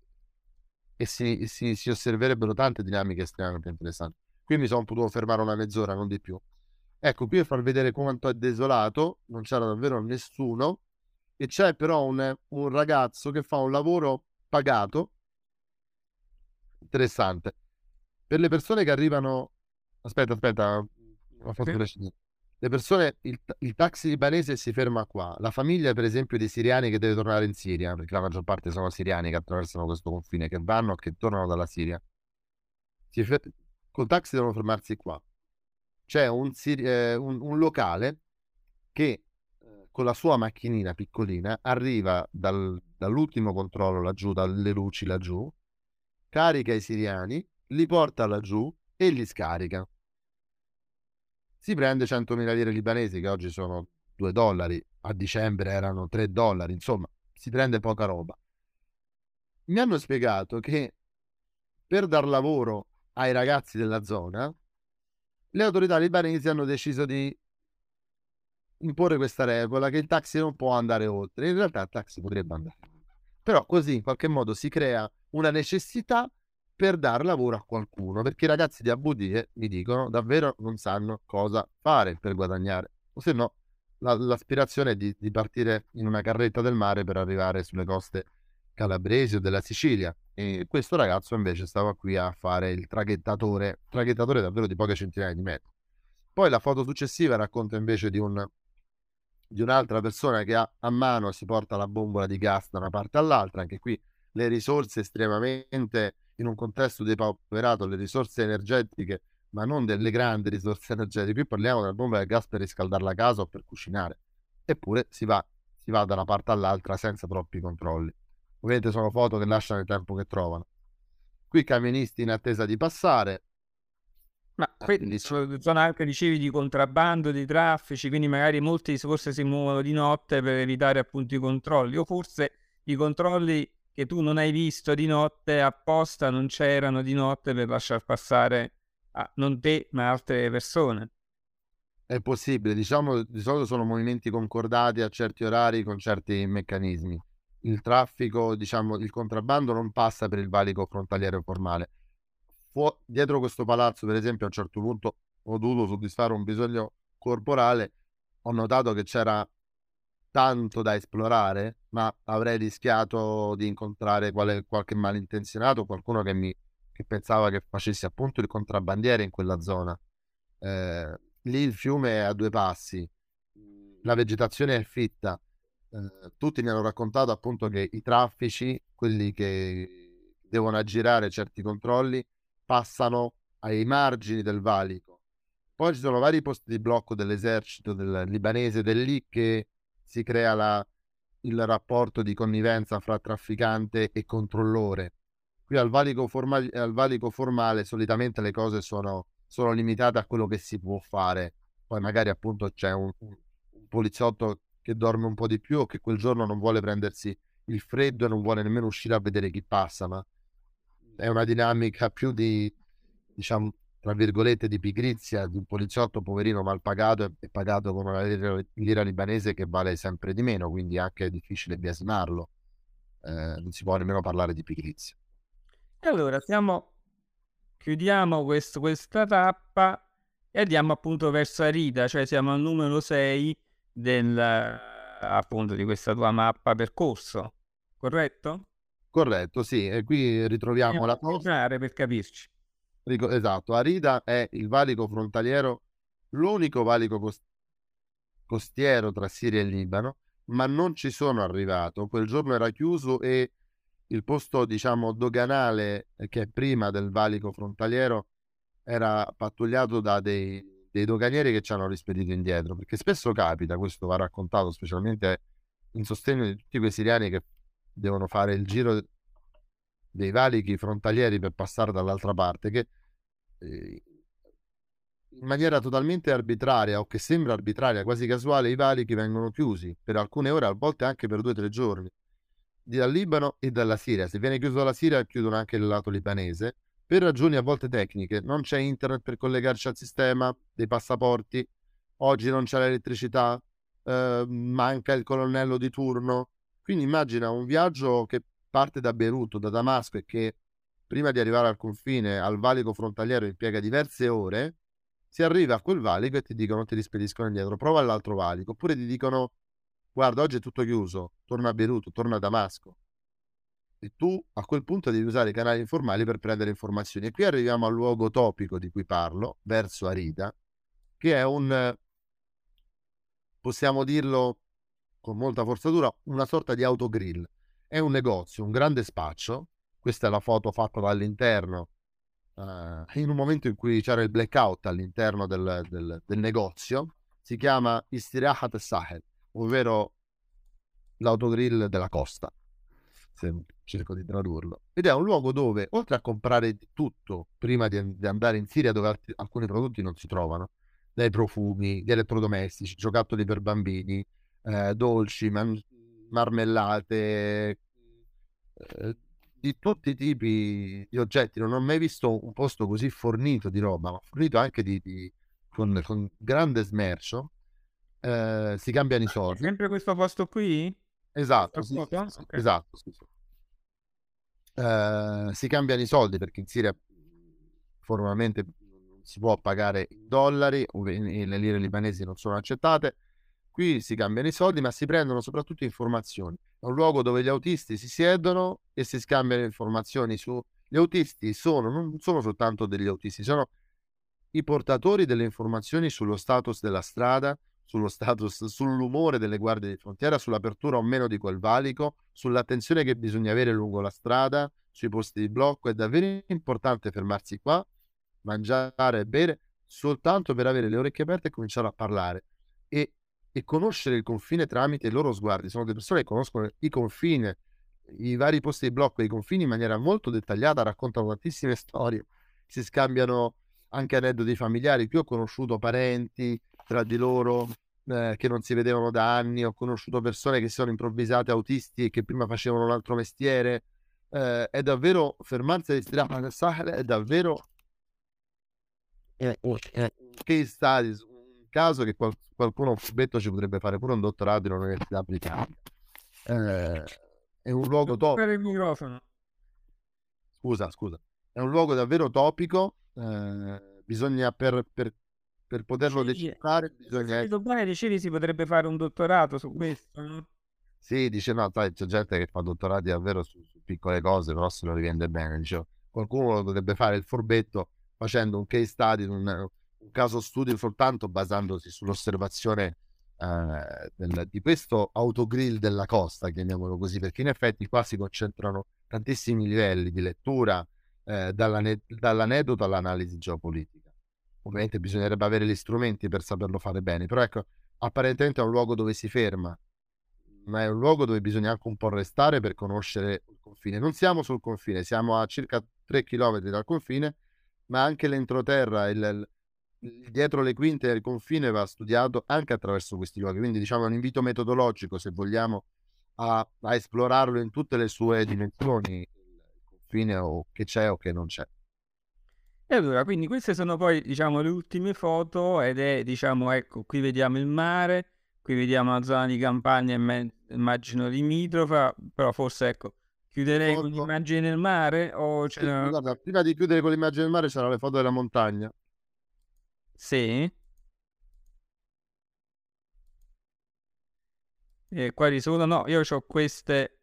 e si, si, si osserverebbero tante dinamiche estremamente interessanti. Qui mi sono potuto fermare una mezz'ora, non di più. Ecco, qui per far vedere quanto è desolato, non c'era davvero nessuno, e c'è però un, un ragazzo che fa un lavoro pagato, interessante. Per le persone che arrivano... Aspetta, aspetta, ho fatto Sì. precedere. Le persone, il, il taxi libanese si ferma qua. La famiglia, per esempio, di siriani che deve tornare in Siria, perché la maggior parte sono siriani che attraversano questo confine, che vanno o che tornano dalla Siria. Si fer- Col taxi devono fermarsi qua. C'è un, siri- eh, un, un locale che eh, con la sua macchinina piccolina arriva dal- dall'ultimo controllo laggiù, dalle luci laggiù, carica i siriani, li porta laggiù e li scarica. Si prende centomila lire libanesi, che oggi sono due dollari, a dicembre erano tre dollari, insomma, si prende poca roba. Mi hanno spiegato che per dar lavoro ai ragazzi della zona, le autorità libanesi hanno deciso di imporre questa regola che il taxi non può andare oltre. In realtà il taxi potrebbe andare oltre. Però così in qualche modo si crea una necessità per dar lavoro a qualcuno, perché i ragazzi di Abu Dhabi mi dicono davvero non sanno cosa fare per guadagnare, o se no la, l'aspirazione è di, di partire in una carretta del mare per arrivare sulle coste calabresi o della Sicilia, e questo ragazzo invece stava qui a fare il traghettatore, traghettatore davvero di poche centinaia di metri. Poi la foto successiva racconta invece di un di un'altra persona che ha a mano, si porta la bombola di gas da una parte all'altra. Anche qui le risorse estremamente, in un contesto depauperato, le risorse energetiche, ma non delle grandi risorse energetiche. Qui parliamo della bombola di gas per riscaldare la casa o per cucinare. Eppure si va, si va da una parte all'altra senza troppi controlli. Ovviamente sono foto che lasciano il tempo che trovano. Qui camionisti in attesa di passare. Ma quindi sono sono anche, dicevi, di contrabbando, di traffici, quindi magari molti forse si muovono di notte per evitare appunto i controlli, o forse i controlli che tu non hai visto di notte apposta non c'erano di notte per lasciar passare a, non te, ma altre persone. È possibile, diciamo, di solito sono movimenti concordati a certi orari con certi meccanismi. Il traffico, diciamo, il contrabbando non passa per il valico frontaliero formale. Fu- dietro questo palazzo, per esempio, a un certo punto ho dovuto soddisfare un bisogno corporale, ho notato che c'era tanto da esplorare, ma avrei rischiato di incontrare quale- qualche malintenzionato, qualcuno che mi che pensava che facessi appunto il contrabbandiere in quella zona. Eh, Lì il fiume è a due passi, la vegetazione è fitta. Eh, tutti mi hanno raccontato appunto che i traffici, quelli che devono aggirare certi controlli, passano ai margini del valico. Poi ci sono vari posti di blocco dell'esercito del libanese, ed è lì che si crea la, il rapporto di connivenza fra trafficante e controllore. Qui al valico, formal- al valico formale solitamente le cose sono, sono limitate a quello che si può fare. Poi magari appunto c'è un, un- un poliziotto che dorme un po' di più o che quel giorno non vuole prendersi il freddo e non vuole nemmeno uscire a vedere chi passa, ma è una dinamica più di, diciamo, tra virgolette, di pigrizia di un poliziotto poverino mal pagato e, e pagato con una lira, lira libanese che vale sempre di meno, quindi anche è difficile biasimarlo. Eh, non si può nemmeno parlare di pigrizia. E allora siamo, chiudiamo questo- questa tappa e andiamo appunto verso Arida, cioè siamo al numero sei del, eh, appunto di questa tua mappa percorso, corretto? Corretto, sì, e qui ritroviamo la Andiamo a costa. per capirci. Rico- Esatto, Arida è il valico frontaliero l'unico valico cost- costiero tra Siria e Libano, ma non ci sono arrivato. Quel giorno era chiuso e il posto, diciamo, doganale, eh, che è prima del valico frontaliero, era pattugliato da dei, dei doganieri che ci hanno rispedito indietro, perché spesso capita, questo va raccontato specialmente in sostegno di tutti quei siriani che devono fare il giro dei valichi frontalieri per passare dall'altra parte, che eh, in maniera totalmente arbitraria, o che sembra arbitraria, quasi casuale, i valichi vengono chiusi per alcune ore, a volte anche per due o tre giorni, dal Libano e dalla Siria. Se viene chiuso dalla Siria, chiudono anche il lato libanese, per ragioni a volte tecniche. Non c'è internet per collegarci al sistema dei passaporti, oggi non c'è l'elettricità, eh, manca il colonnello di turno. Quindi immagina un viaggio che parte da Beirut, da Damasco, e che prima di arrivare al confine, al valico frontaliero, impiega diverse ore. Si arriva a quel valico e ti dicono, ti rispediscono indietro, prova all'altro valico, oppure ti dicono guarda, oggi è tutto chiuso, torna a Beirut, torna a Damasco. E tu a quel punto devi usare i canali informali per prendere informazioni. E qui arriviamo al luogo topico di cui parlo, verso Arida, che è un, possiamo dirlo con molta forzatura, una sorta di autogrill. È un negozio, un grande spaccio. Questa è la foto fatta dall'interno, uh, in un momento in cui c'era il blackout all'interno del, del, del negozio. Si chiama Istirahat Sahel, ovvero l'autogrill della costa, se cerco di tradurlo. Ed è un luogo dove, oltre a comprare tutto prima di, di andare in Siria, dove altri, alcuni prodotti non si trovano, dai profumi, gli elettrodomestici, giocattoli per bambini, eh, dolci, man- marmellate, eh, di tutti i tipi di oggetti. Non ho mai visto un posto così fornito di roba, ma fornito anche di, di- con, con grande smercio. Eh, si cambiano i soldi. Sempre questo posto qui? Esatto, sì, Foto? sì, sì, Ok. esatto, sì, sì. Eh, si cambiano i soldi perché in Siria formalmente non si può pagare in dollari, ove- e le lire libanesi non sono accettate. Qui si cambiano i soldi, ma si prendono soprattutto informazioni. È un luogo dove gli autisti si siedono e si scambiano informazioni su... Gli autisti sono, non sono soltanto degli autisti, sono i portatori delle informazioni sullo status della strada, sullo status, sull'umore delle guardie di frontiera, sull'apertura o meno di quel valico, sull'attenzione che bisogna avere lungo la strada, sui posti di blocco. È davvero importante fermarsi qua, mangiare e bere, soltanto per avere le orecchie aperte e cominciare a parlare e, e conoscere il confine tramite i loro sguardi. Sono delle persone che conoscono i confini, i vari posti di blocco e i confini in maniera molto dettagliata, raccontano tantissime storie, si scambiano anche aneddoti familiari. Qui ho conosciuto parenti tra di loro eh, che non si vedevano da anni, ho conosciuto persone che si sono improvvisate autisti e che prima facevano un altro mestiere. Eh, è davvero, fermarsi all'Istirahat del Sahel è davvero un case study, un caso che qual- qualcuno, un furbetto, ci potrebbe fare pure un dottorato in un'università britannica. Eh, è un luogo Non top. il microfono. Scusa, scusa. È un luogo davvero topico. eh, bisogna per, per, per poterlo Dicevi, decifrare, se bisogna capito bene, dicevi si potrebbe fare un dottorato su questo, no? sì, dice no, sai, c'è gente che fa dottorati davvero su, su piccole cose, però se lo rivende bene. Dicevo, qualcuno lo dovrebbe fare il furbetto facendo un case study, un, un caso studio soltanto basandosi sull'osservazione eh, del- di questo autogrill della costa, chiamiamolo così, perché in effetti qua si concentrano tantissimi livelli di lettura, eh, dall'ane- dall'aneddoto all'analisi geopolitica. Ovviamente bisognerebbe avere gli strumenti per saperlo fare bene, però ecco, apparentemente è un luogo dove si ferma, ma è un luogo dove bisogna anche un po' restare per conoscere il confine. Non siamo sul confine, siamo a circa tre chilometri dal confine, ma anche l'entroterra, il, il- dietro le quinte del confine va studiato anche attraverso questi luoghi. Quindi diciamo è un invito metodologico, se vogliamo, a, a esplorarlo in tutte le sue dimensioni, il confine, o che c'è o che non c'è. E allora, quindi queste sono poi, diciamo, le ultime foto ed è, diciamo, ecco, qui vediamo il mare, qui vediamo la zona di campagna, imma- immagino limitrofa, però forse, ecco, chiuderei con Foto- l'immagine del mare o Sì, c'è... guarda, prima di chiudere con l'immagine del mare c'erano le foto della montagna. Sì? E qua di sotto, no, io ho queste...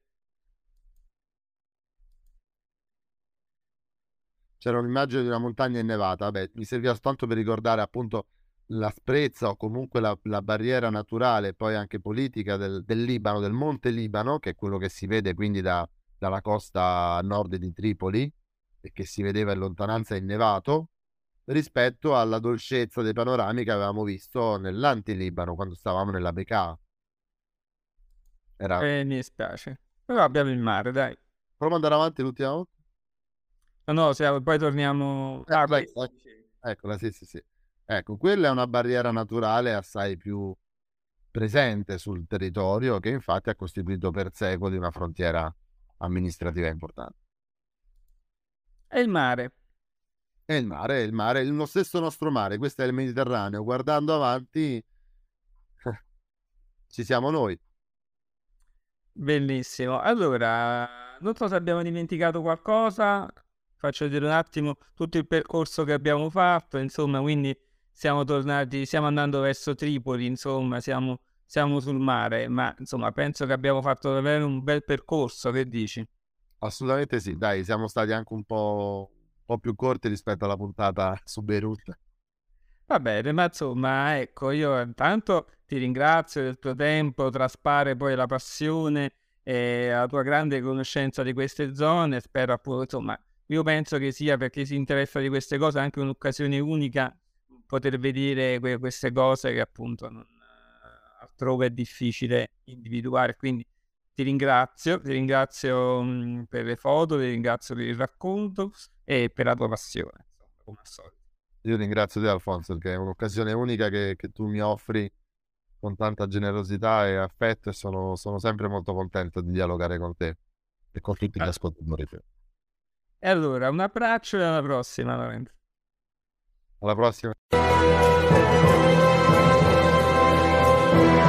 C'era un'immagine di una montagna innevata. Vabbè, mi serviva soltanto per ricordare appunto l'asprezza o comunque la, la barriera naturale, poi anche politica del, del Libano, del Monte Libano, che è quello che si vede quindi da, dalla costa a nord di Tripoli e che si vedeva in lontananza innevato, rispetto alla dolcezza dei panorami che avevamo visto nell'anti-Libano quando stavamo nella Bekaa. Era... Eh, mi dispiace. Però abbiamo il mare, dai. Proviamo ad andare avanti l'ultima volta? No, no, se- poi torniamo... Eh, Ah, vai, questo vai. dicevi. Eccola, sì, sì, sì. Ecco, quella è una barriera naturale assai più presente sul territorio, che infatti ha costituito per secoli una frontiera amministrativa importante. E il mare. E il mare, il mare, lo stesso nostro mare, questo è il Mediterraneo. Guardando avanti ci siamo noi. Bellissimo. Allora, non so se abbiamo dimenticato qualcosa. Faccio vedere un attimo tutto il percorso che abbiamo fatto. Insomma, quindi siamo tornati, stiamo andando verso Tripoli, insomma, siamo, siamo sul mare. Ma insomma, penso che abbiamo fatto davvero un bel percorso. Che dici? Assolutamente sì, dai, siamo stati anche un po', un po' più corti rispetto alla puntata su Beirut. Va bene, ma insomma, ecco, io intanto ti ringrazio del tuo tempo, traspare poi la passione e la tua grande conoscenza di queste zone. Spero appunto, insomma, io penso che sia per chi si interessa di queste cose anche un'occasione unica poter vedere que- queste cose che appunto non, eh, altrove è difficile individuare. Quindi ti ringrazio, ti ringrazio mh, per le foto, ti ringrazio per il racconto e per la tua passione, insomma, come al solito. Io ringrazio te, Alfonso, perché è un'occasione unica che, che tu mi offri con tanta generosità e affetto, e sono, sono sempre molto contento di dialogare con te e con tutti gli Ah. ascoltatori. E allora, un abbraccio e alla prossima, Lorenzo. Alla prossima.